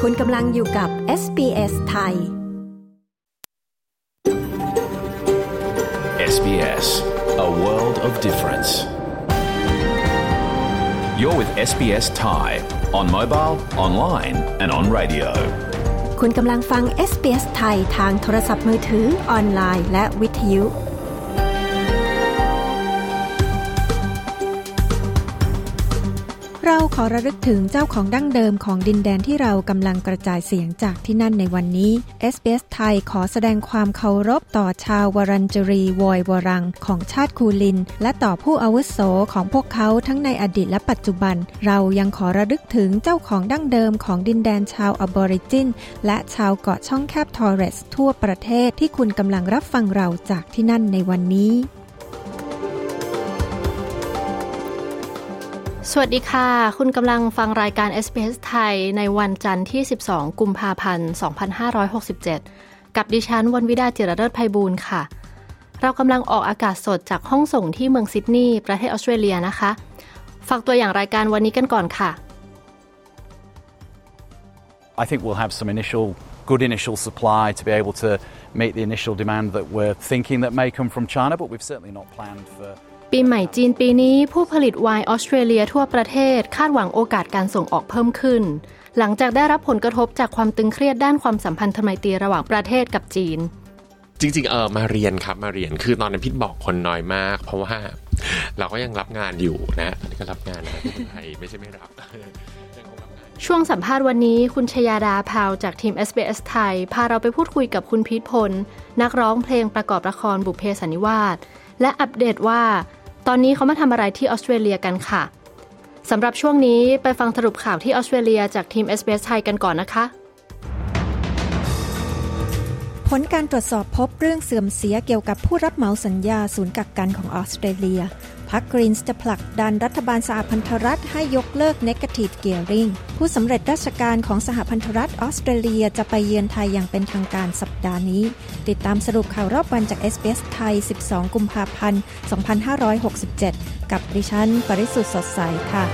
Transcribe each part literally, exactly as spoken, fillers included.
คุณกำลังอยู่กับ เอส บี เอส ไทยเอส บี เอส, a world of difference. You're with เอส บี เอส Thai on mobile, online and on radio. คุณกำลังฟัง เอส บี เอส ไทยทางโทรศัพท์มือถือออนไลน์และวิทยุเราขอระลึกถึงเจ้าของดั้งเดิมของดินแดนที่เรากำลังกระจายเสียงจากที่นั่นในวันนี้ เอส บี เอส ไทยขอแสดงความเคารพต่อชาววรัญจรีวอยวรังของชาติคูลินและต่อผู้อาวุโสของพวกเขาทั้งในอดีตและปัจจุบันเรายังขอระลึกถึงเจ้าของดั้งเดิมของดินแดนชาวอบอริจินและชาวเกาะช่องแคบทอร์เรสทั่วประเทศที่คุณกำลังรับฟังเราจากที่นั่นในวันนี้สวัสดีค่ะคุณกำลังฟังรายการ เอส บี เอส ไทยในวันจันทร์ที่สิบสองกุมภาพันธ์สองพันห้าร้อยหกสิบเจ็ดกับดิฉันวรรณวิดาจิรเลิศไพบูลย์ค่ะเรากำลังออกอากาศสดจากห้องส่งที่เมืองซิดนีย์ประเทศออสเตรเลียนะคะฟังตัวอย่างรายการวันนี้กันก่อนค่ะ I think we'll have some initial good initial supply to be able to meet the initial demand that we're thinking that may come from China but we've certainly not planned for ปีใหม่จีนปีนี้ผู้ผลิตไวน์ออสเตรเลียทั่วประเทศคาดหวังโอกาสการส่งออกเพิ่มขึ้นหลังจากได้รับผลกระทบจากความตึงเครียดด้านความสัมพันธไมตรีระหว่างประเทศกับจีนจริงๆเออมาเรียนครับมาเรียนคือตอนนั้นพี่บอกคนน้อยมากเพราะว่าเราก็ยังรับงานอยู่นะตอนนี้ก็รับงานนะที่เมืองไทยไม่ใช่ไม่รับช่วงสัมภาษณ์วันนี้คุณชยาดาพาวจากทีม เอส บี เอส ไทยพาเราไปพูดคุยกับคุณพีทพลนักร้องเพลงประกอบละครบุพเพสันนิวาสและอัปเดตว่าตอนนี้เขามาทำอะไรที่ออสเตรเลียกันค่ะสำหรับช่วงนี้ไปฟังสรุปข่าวที่ออสเตรเลียจากทีม เอส บี เอส ไทยกันก่อนนะคะผลการตรวจสอบพบเรื่องเสื่อมเสียเกี่ยวกับผู้รับเหมาสัญญาศูนย์กักกันของออสเตรเลียพรรคกรีนส์จะผลักดันรัฐบาลสหพันธรัฐให้ยกเลิก Negative Gearing ผู้สำเร็จราชการของสหพันธรัฐออสเตรเลียจะไปเยือนไทยอย่างเป็นทางการสัปดาห์นี้ติดตามสรุปข่าวรอบวันจาก เอส บี เอส ไทยสิบสองกุมภาพันธ์สองพันห้าร้อยหกสิบเจ็ดกับดิฉันปริสุทธิ์สดใสค่ะ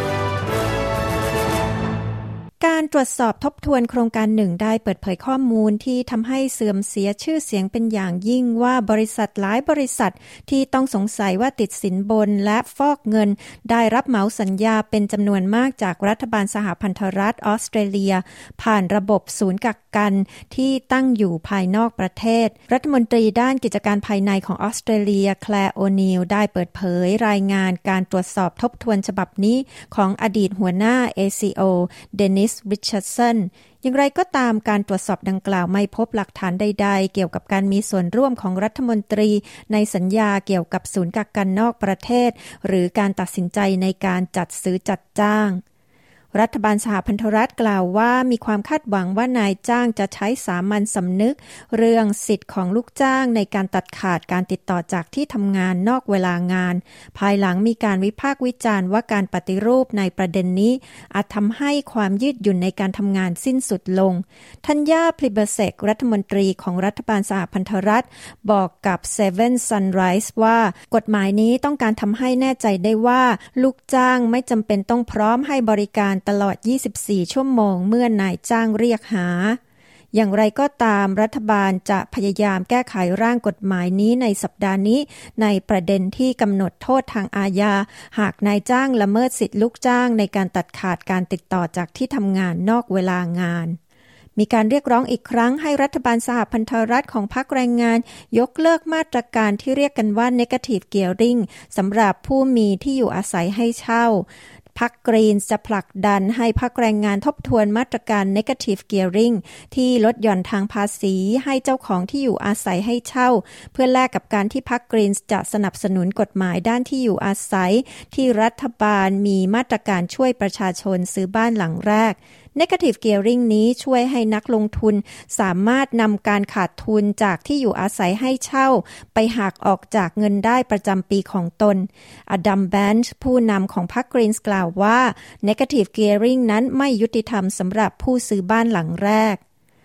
การตรวจสอบทบทวนโครงการหนึ่งได้เปิดเผยข้อมูลที่ทำให้เสื่อมเสียชื่อเสียงเป็นอย่างยิ่งว่าบริษัทหลายบริษัทที่ต้องสงสัยว่าติดสินบนและฟอกเงินได้รับเหมาสัญญาเป็นจำนวนมากจากรัฐบาลสหพันธรัฐออสเตรเลียผ่านระบบศูนย์กักกันที่ตั้งอยู่ภายนอกประเทศรัฐมนตรีด้านกิจการภายในของออสเตรเลียแคลร์โอนีลได้เปิดเผยรายงานการตรวจสอบทบทวนฉบับนี้ของอดีตหัวหน้า เอ ซี โอ เดนิสริชาร์ดสันอย่างไรก็ตามการตรวจสอบดังกล่าวไม่พบหลักฐานใดๆเกี่ยวกับการมีส่วนร่วมของรัฐมนตรีในสัญญาเกี่ยวกับศูนย์กักกันนอกประเทศหรือการตัดสินใจในการจัดซื้อจัดจ้างรัฐบาลสหพันธรัฐกล่าวว่ามีความคาดหวังว่านายจ้างจะใช้สามัญสำนึกเรื่องสิทธิ์ของลูกจ้างในการตัดขาดการติดต่อจากที่ทำงานนอกเวลางานภายหลังมีการวิพากษ์วิจารณ์ว่าการปฏิรูปในประเด็นนี้อาจทำให้ความยืดหยุ่นในการทำงานสิ้นสุดลงธัญญา พลิเบเซกรัฐมนตรีของรัฐบาลสหพันธรัฐบอกกับ เซเว่น Sunrise ว่ากฎหมายนี้ต้องการทำให้แน่ใจได้ว่าลูกจ้างไม่จำเป็นต้องพร้อมให้บริการตลอดยี่สิบสี่ชั่วโมงเมื่อนายจ้างเรียกหาอย่างไรก็ตามรัฐบาลจะพยายามแก้ไขร่างกฎหมายนี้ในสัปดาห์นี้ในประเด็นที่กำหนดโทษทางอาญาหากนายจ้างละเมิดสิทธิลูกจ้างในการตัดขาดการติดต่อจากที่ทำงานนอกเวลางานมีการเรียกร้องอีกครั้งให้รัฐบาลสหพันธรัฐของพรรคแรงงานยกเลิกมาตรการที่เรียกกันว่า Negative Gearing สำหรับผู้มีที่อยู่อาศัยให้เช่าพรรคกรีนส์จะผลักดันให้พรรคแรงงานทบทวนมาตรการ Negative Gearing ที่ลดหย่อนทางภาษีให้เจ้าของที่อยู่อาศัยให้เช่าเพื่อแลกกับการที่พรรคกรีนส์จะสนับสนุนกฎหมายด้านที่อยู่อาศัยที่รัฐบาลมีมาตรการช่วยประชาชนซื้อบ้านหลังแรกNegative Gearing นี้ช่วยให้นักลงทุนสามารถนำการขาดทุนจากที่อยู่อาศัยให้เช่าไปหักออกจากเงินได้ประจำปีของตนอดัม แบนช์ผู้นำของพรรคกรีนส์กล่าวว่า Negative Gearing นั้นไม่ยุติธรรมสำหรับผู้ซื้อบ้านหลังแรก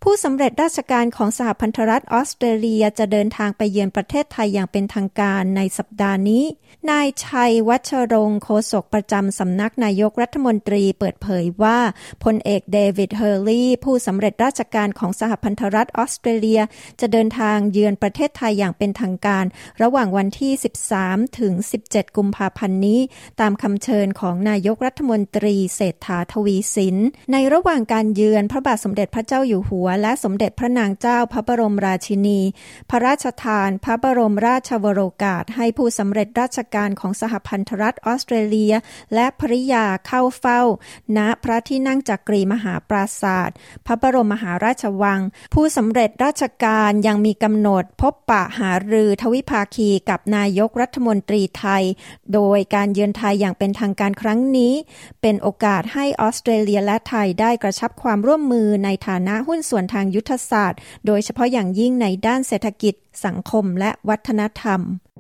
ผู้สำเร็จราชการของสหพันธรัฐออสเตรเลียจะเดินทางไปเยือนประเทศไทยอย่างเป็นทางการในสัปดาห์นี้นายชัยวัชรงค์โฆษกประจำสำนักนายกรัฐมนตรีเปิดเผยว่าพลเอกเดวิดเฮอร์ลีย์ผู้สำเร็จราชการของสหพันธรัฐออสเตรเลียจะเดินทางเยือนประเทศไทยอย่างเป็นทางการระหว่างวันที่สิบสามถึงสิบเจ็ดกุมภาพันธ์นี้ตามคำเชิญของนายกรัฐมนตรีเศรษฐาทวีสินในระหว่างการเยือนพระบาทสมเด็จพระเจ้าอยู่หัวและสมเด็จพระนางเจ้าพระบรมราชินีพระราชทานพระบรมราชวโรกาสให้ผู้สำเร็จราชการของสหพันธรัฐออสเตรเลียและภริยาเข้าเฝ้าณพระที่นั่งจักรีมหาปราสาทพระบรมมหาราชวังผู้สำเร็จราชการยังมีกำหนดพบปะหารือทวิภาคีกับนายกรัฐมนตรีไทยโดยการเยือนไทยอย่างเป็นทางการครั้งนี้เป็นโอกาสให้ออสเตรเลียและไทยได้กระชับความร่วมมือในฐานะหุ้นส่วนทางยุทธศาสตร์โดยเฉพาะอย่างยิ่งในด้านเศรษฐกิจสังคมและวัฒนธรรม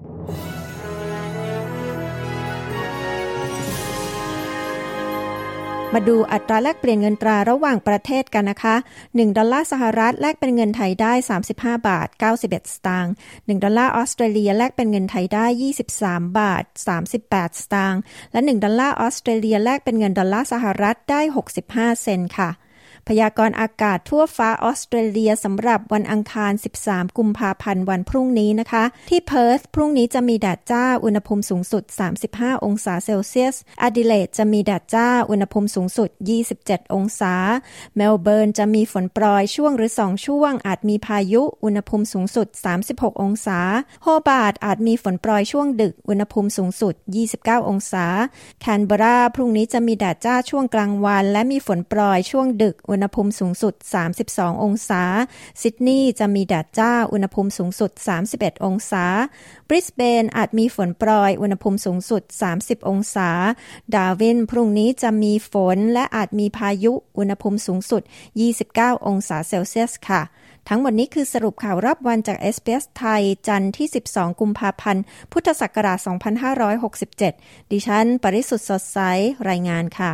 มาดูอัตราแลกเปลี่ยนเงินตราระหว่างประเทศกันนะคะหนึ่งดอลลาร์สหรัฐแลกเป็นเงินไทยได้สามสิบห้าบาทเก้าสิบเอ็ดสตางค์หนึ่งดอลลาร์ออสเตรเลียแลกเป็นเงินไทยได้ยี่สิบสามบาทสามสิบแปดสตางค์และหนึ่งดอลลาร์ออสเตรเลียแลกเป็นเงินดอลลาร์สหรัฐได้หกสิบห้าเซนต์ค่ะพยากรณ์อากาศทั่วฟ้าออสเตรเลียสำหรับวันอังคารสิบสามกุมภาพันธ์วันพรุ่งนี้นะคะที่เพิร์ธพรุ่งนี้จะมีแดดจ้าอุณหภูมิสูงสุดสามสิบห้าองศาเซลเซียสแอดิเลดจะมีแดดจ้าอุณหภูมิสูงสุดยี่สิบเจ็ดองศาเมลเบิร์นจะมีฝนโปรยช่วงหรือสองช่วงอาจมีพายุอุณหภูมิสูงสุดสามสิบหกองศาโฮบาร์ตอาจมีฝนโปรยช่วงดึกอุณหภูมิสูงสุดยี่สิบเก้าองศาแคนเบอราพรุ่งนี้จะมีแดดจ้าช่วงกลางวันและมีฝนโปรยช่วงดึกอุณหภูมิสูงสุดสามสิบสององศาซิดนีย์จะมีแดดจ้าอุณหภูมิสูงสุดสามสิบเอ็ดองศาบริสเบนอาจมีฝนโปรยอุณหภูมิสูงสุดสามสิบองศาดาร์วินพรุ่งนี้จะมีฝนและอาจมีพายุอุณหภูมิสูงสุดยี่สิบเก้าองศาเซลเซียสค่ะทั้งหมดนี้คือสรุปข่าวรอบวันจาก เอส บี เอส ไทยจันทร์ที่สิบสองกุมภาพันธ์พุทธศักราชสองพันห้าร้อยหกสิบเจ็ดดิฉันปริสุทธิ์สดใสรายงานค่ะ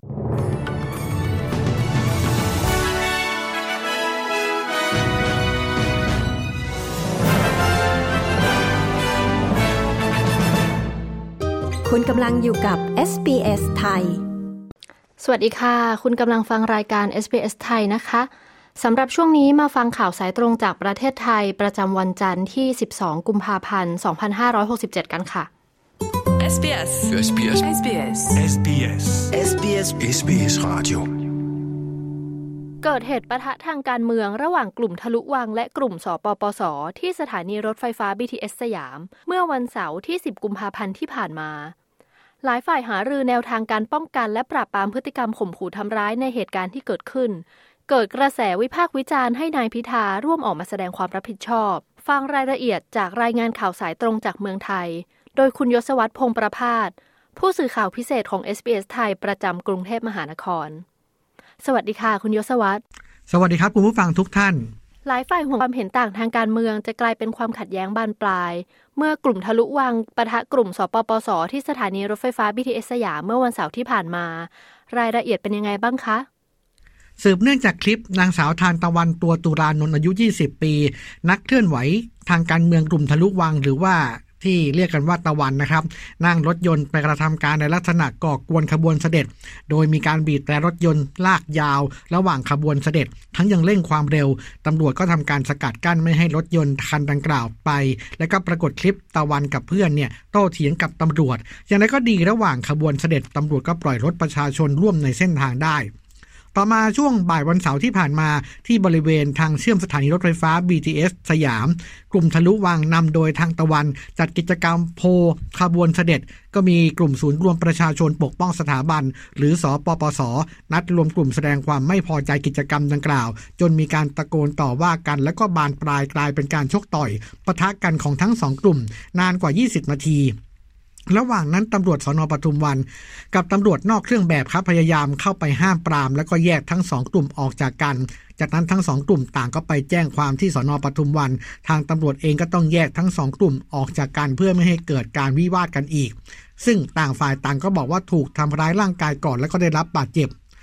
คุณกำลังอยู่กับ เอส บี เอส ไทยสวัสดีค่ะคุณกำลังฟังรายการ เอส บี เอส ไทยนะคะสำหรับช่วงนี้มาฟังข่าวสายตรงจากประเทศไทยประจำวันจันทร์ที่สิบสองกุมภาพันธ์สองพันห้าร้อยหกสิบเจ็ดกันค่ะ เอส บี เอส เอส บี เอส เอส บี เอส เอส บี เอส เอส บี เอส เอส บี เอส Radioเกิดเหตุปะทะทางการเมืองระหว่างกลุ่มทะลุวังและกลุ่มสปปสที่สถานีรถไฟฟ้า บี ที เอส สยามเมื่อวันเสาร์ที่สิบกุมภาพันธ์ที่ผ่านมาหลายฝ่ายหารือแนวทางการป้องกันและปราบปรามพฤติกรรมข่มขู่ทำร้ายในเหตุการณ์ที่เกิดขึ้นเกิดกระแสวิพากษ์วิจารณ์ให้นายพิธาร่วมออกมาแสดงความรับผิดชอบฟังรายละเอียดจากรายงานข่าวสายตรงจากเมืองไทยโดยคุณยศวัฒน์พงษ์ประภาสผู้สื่อข่าวพิเศษของ เอส บี เอส ไทยประจำกรุงเทพมหานครสวัสดีค่ะคุณยศวัฒน์สวัสดีครับคุณผู้ฟังทุกท่านหลายฝ่ายห่วงความเห็นต่างทางการเมืองจะกลายเป็นความขัดแย้งบานปลายเมื่อกลุ่มทะลุวังปะทะกลุ่มสปปสที่สถานีรถไฟฟ้า บี ที เอส สยามเมื่อวันเสาร์ที่ผ่านมารายละเอียดเป็นยังไงบ้างคะสืบเนื่องจากคลิปนางสาวทานตะวันตัวตุรานนท์อายุยี่สิบปีนักเคลื่อนไหวทางการเมืองกลุ่มทะลุวังหรือว่าที่เรียกกันว่าตะวันนะครับนั่งรถยนต์ไปกระทำการในลักษณะก่อกวนขบวนเสด็จโดยมีการบีบแตรรถยนต์ลากยาวระหว่างขบวนเสด็จทั้งยังเร่งความเร็วตำรวจก็ทำการสกัดกั้นไม่ให้รถยนต์คันดังกล่าวไปและก็ปรากฏคลิปตะวันกับเพื่อนเนี่ยโต้เถียงกับตำรวจอย่างไรก็ดีระหว่างขบวนเสด็จตำรวจก็ปล่อยรถประชาชนร่วมในเส้นทางได้ต่อมาช่วงบ่ายวันเสาร์ที่ผ่านมาที่บริเวณทางเชื่อมสถานีรถไฟฟ้า บี ที เอส สยามกลุ่มทะลุวังนำโดยทางตะวันจัดกิจกรรมโพขบวนเสด็จก็มีกลุ่มศูนย์รวมประชาชนปกป้องสถาบันหรือสปปสนัดรวมกลุ่มแสดงความไม่พอใจกิจกรรมดังกล่าวจนมีการตะโกนต่อว่ากันและก็บานปลายกลายเป็นการชกต่อยปะทะกันของทั้งสองกลุ่มนานกว่ายี่สิบนาทีระหว่างนั้นตำรวจสน.ปทุมวันกับตำรวจนอกเครื่องแบบครับพยายามเข้าไปห้ามปรามแล้วก็แยกทั้งสองกลุ่มออกจากกันจากนั้นทั้งสองกลุ่มต่างก็ไปแจ้งความที่สน.ปทุมวันทางตำรวจเองก็ต้องแยกทั้งสองกลุ่มออกจากกันเพื่อไม่ให้เกิดการวิวาทกันอีกซึ่งต่างฝ่ายต่างก็บอกว่าถูกทำร้ายร่างกายก่อนแล้วก็ได้รับบาดเจ็บ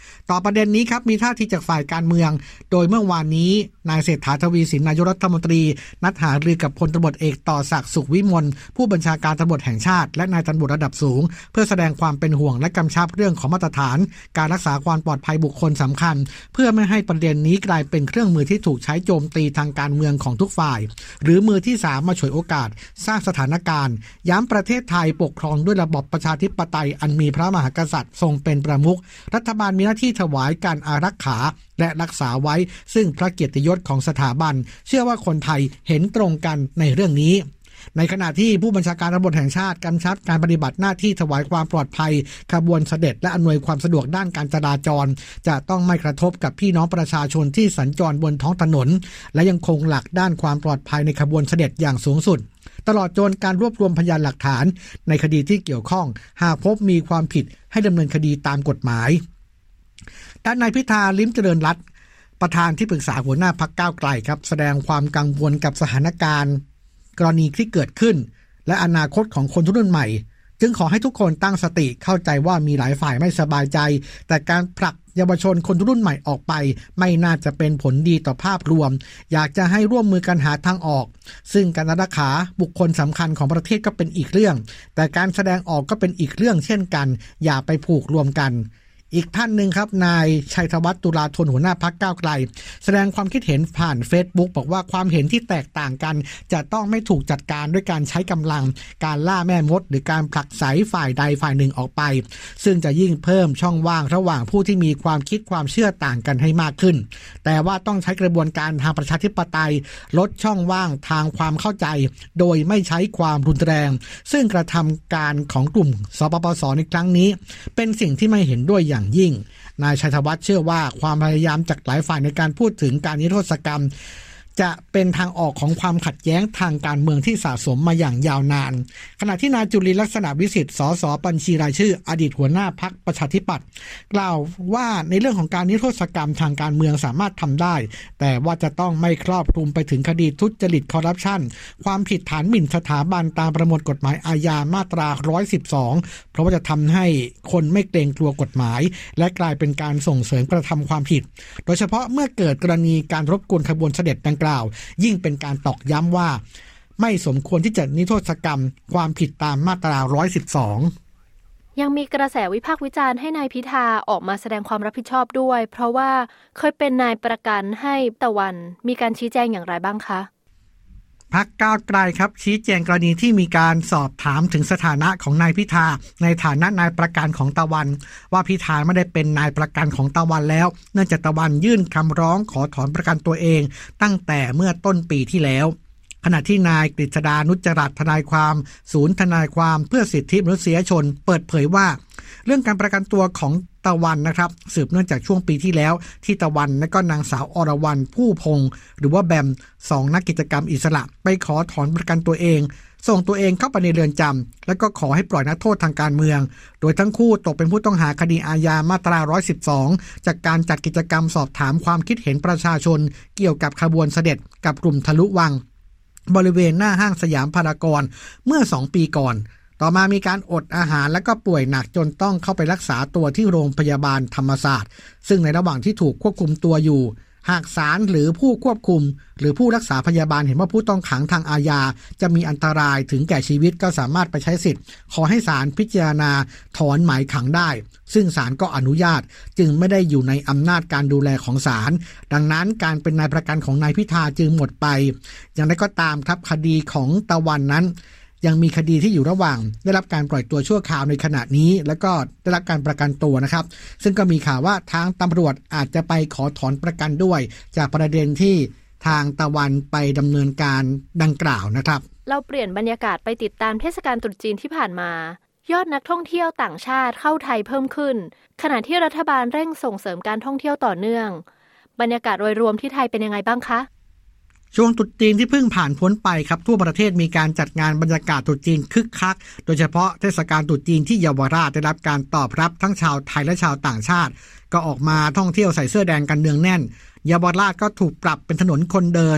ต่อประเด็นนี้ครับมีท่าทีจากฝ่ายการเมืองโดยเมื่อวานนี้นายเศรษฐาทวีสินนายกรัฐมนตรีนัดหารือกับพลตำรวจเอกต่อศักดิ์สุขวิมลผู้บัญชาการตำรวจแห่งชาติและนายตำรวจระดับสูงเพื่อแสดงความเป็นห่วงและกำชับเรื่องของมาตรฐานการรักษาความปลอดภัยบุคคลสำคัญเพื่อไม่ให้ประเด็นนี้กลายเป็นเครื่องมือที่ถูกใช้โจมตีทางการเมืองของทุกฝ่ายหรือมือที่สามมาฉวยโอกาสสร้างสถานการณ์ย้ำประเทศไทยปกครองด้วยระบอบประชาธิปไตยอันมีพระมหากษัตริย์ทรงเป็นประมุขรัฐบาลมีหน้าที่ถวายการอารักขาและรักษาไว้ซึ่งพระเกียรติยศของสถาบันเชื่อว่าคนไทยเห็นตรงกันในเรื่องนี้ในขณะที่ผู้บัญชาการตำรวจแห่งชาติกำชับการปฏิบัติหน้าที่ถวายความปลอดภัยขบวนเสด็จและอำนวยความสะดวกด้านการจราจรจะต้องไม่กระทบกับพี่น้องประชาชนที่สัญจรบนท้องถนนและยังคงหลักด้านความปลอดภัยในขบวนเสด็จอย่างสูงสุดตลอดจนการรวบรวมพยานหลักฐานในคดีที่เกี่ยวข้องหากพบมีความผิดให้ดำเนินคดีตามกฎหมายด้านนายพิธาลิ้มเจริญรัตน์ประธานที่ปรึกษาหัวหน้าพรรคก้าวไกลครับแสดงความกังวลกับสถานการณ์กรณีที่เกิดขึ้นและอนาคตของคนรุ่นใหม่จึงขอให้ทุกคนตั้งสติเข้าใจว่ามีหลายฝ่ายไม่สบายใจแต่การผลักเยาวชนคนรุ่นใหม่ออกไปไม่น่าจะเป็นผลดีต่อภาพรวมอยากจะให้ร่วมมือกันหาทางออกซึ่งการรักษาบุคคลสำคัญของประเทศก็เป็นอีกเรื่องแต่การแสดงออกก็เป็นอีกเรื่องเช่นกันอย่าไปผูกรวมกันอีกท่านหนึ่งครับนายชัยธวัฒน์ตุลาธนหัวหน้าพรรคก้าวไกลแสดงความคิดเห็นผ่าน Facebook บอกว่าความเห็นที่แตกต่างกันจะต้องไม่ถูกจัดการด้วยการใช้กำลังการล่าแม่มดหรือการผลักไสฝ่ายใดฝ่ายหนึ่งออกไปซึ่งจะยิ่งเพิ่มช่องว่างระหว่างผู้ที่มีความคิดความเชื่อต่างกันให้มากขึ้นแต่ว่าต้องใช้กระบวนการทางประชาธิปไตยลดช่องว่างทางความเข้าใจโดยไม่ใช้ความรุนแรงซึ่งกระทำการของกลุ่มสปปสในครั้งนี้เป็นสิ่งที่ไม่เห็นด้วยอย่างยิ่งนายชัยธวัฒน์เชื่อว่าความพยายามจากหลายฝ่ายในการพูดถึงการนิรโทษกรรมจะเป็นทางออกของความขัดแย้งทางการเมืองที่สะสมมาอย่างยาวนานขณะที่นายจุลินทร์ลักษณะวิสิทธิ์สสบัญชีรายชื่ออดีตหัวหน้าพรรคประชาธิปัตย์กล่าวว่าในเรื่องของการนิรโทษกรรมทางการเมืองสามารถทำได้แต่ว่าจะต้องไม่ครอบคลุมไปถึงคดีทุจริตคอร์รัปชันความผิดฐานหมิ่นสถาบันตามประมวลกฎหมายอาญามาตราหนึ่งร้อยสิบสองเพราะว่าจะทำให้คนไม่เกรงกลัวกฎหมายและกลายเป็นการส่งเสริมกระทำความผิดโดยเฉพาะเมื่อเกิดกรณีการรบกวนขบวนเสด็จดังกล่าวยิ่งเป็นการตอกย้ำว่าไม่สมควรที่จะนิรโทษกรรมความผิดตามมาตราหนึ่งร้อยสิบสองยังมีกระแสวิพากษ์วิจารณ์ให้นายพิธาออกมาแสดงความรับผิดชอบด้วยเพราะว่าเคยเป็นนายประกันให้ตะวันมีการชี้แจงอย่างไรบ้างคะพรรคก้าวไกลครับชี้แจงกรณีที่มีการสอบถามถึงสถานะของนายพิธาในฐานะนายประกันของตะวันว่าพิธาไม่ได้เป็นนายประกันของตะวันแล้วเนื่องจากตะวันยื่นคำร้องขอถอนประกันตัวเองตั้งแต่เมื่อต้นปีที่แล้วขณะที่นายกฤษดานุจจรัตน์ทนายความศูนย์ทนายความเพื่อสิทธิมนุษยชนเปิดเผยว่าเรื่องการประกันตัวของตะวันนะครับสืบเนื่องจากช่วงปีที่แล้วที่ตะวันและก็นางสาวอรวรรณผู้พงศ์หรือว่าแบมสองนักกิจกรรมอิสระไปขอถอนประกันตัวเองส่งตัวเองเข้าไปในเรือนจำและก็ขอให้ปล่อยนักโทษทางการเมืองโดยทั้งคู่ตกเป็นผู้ต้องหาคดีอาญามาตราหนึ่งร้อยสิบสองจากการจัดกิจกรรมสอบถามความคิดเห็นประชาชนเกี่ยวกับขบวนเสด็จกับกลุ่มทะลุวังบริเวณหน้าห้างสยามพารากอนเมื่อสองปีก่อนต่อมามีการอดอาหารและก็ป่วยหนักจนต้องเข้าไปรักษาตัวที่โรงพยาบาลธรรมศาสตร์ซึ่งในระหว่างที่ถูกควบคุมตัวอยู่หากศาลหรือผู้ควบคุมหรือผู้รักษาพยาบาลเห็นว่าผู้ต้องขังทางอาญาจะมีอันตรายถึงแก่ชีวิตก็สามารถไปใช้สิทธิ์ขอให้ศาลพิจารณาถอนหมายขังได้ซึ่งศาลก็อนุญาตจึงไม่ได้อยู่ในอำนาจการดูแลของศาลดังนั้นการเป็นนายประกันของนายพิธาจึงหมดไปอย่างไรก็ตามครับคดีของตะวันนั้นยังมีคดีที่อยู่ระหว่างได้รับการปล่อยตัวชั่วคราวในขณะนี้แล้วก็ได้รับการประกันตัวนะครับซึ่งก็มีข่าวว่าทางตำรวจอาจจะไปขอถอนประกันด้วยจากประเด็นที่ทางตะวันไปดำเนินการดังกล่าวนะครับเราเปลี่ยนบรรยากาศไปติดตามเทศกาลตรุษจีนที่ผ่านมายอดนักท่องเที่ยวต่างชาติเข้าไทยเพิ่มขึ้นขณะที่รัฐบาลเร่งส่งเสริมการท่องเที่ยวต่อเนื่องบรรยากาศโดยรวมที่ไทยเป็นยังไงบ้างคะช่วงตรุษจีนที่เพิ่งผ่านพ้นไปครับทั่วประเทศมีการจัดงานบรรยากาศตรุษจีนคึกคักโดยเฉพาะเทศกาลตรุษจีนที่เยาวราชได้รับการตอบรับทั้งชาวไทยและชาวต่างชาติก็ออกมาท่องเที่ยวใส่เสื้อแดงกันเนืองแน่นเยาวราชก็ถูกปรับเป็นถนนคนเดิน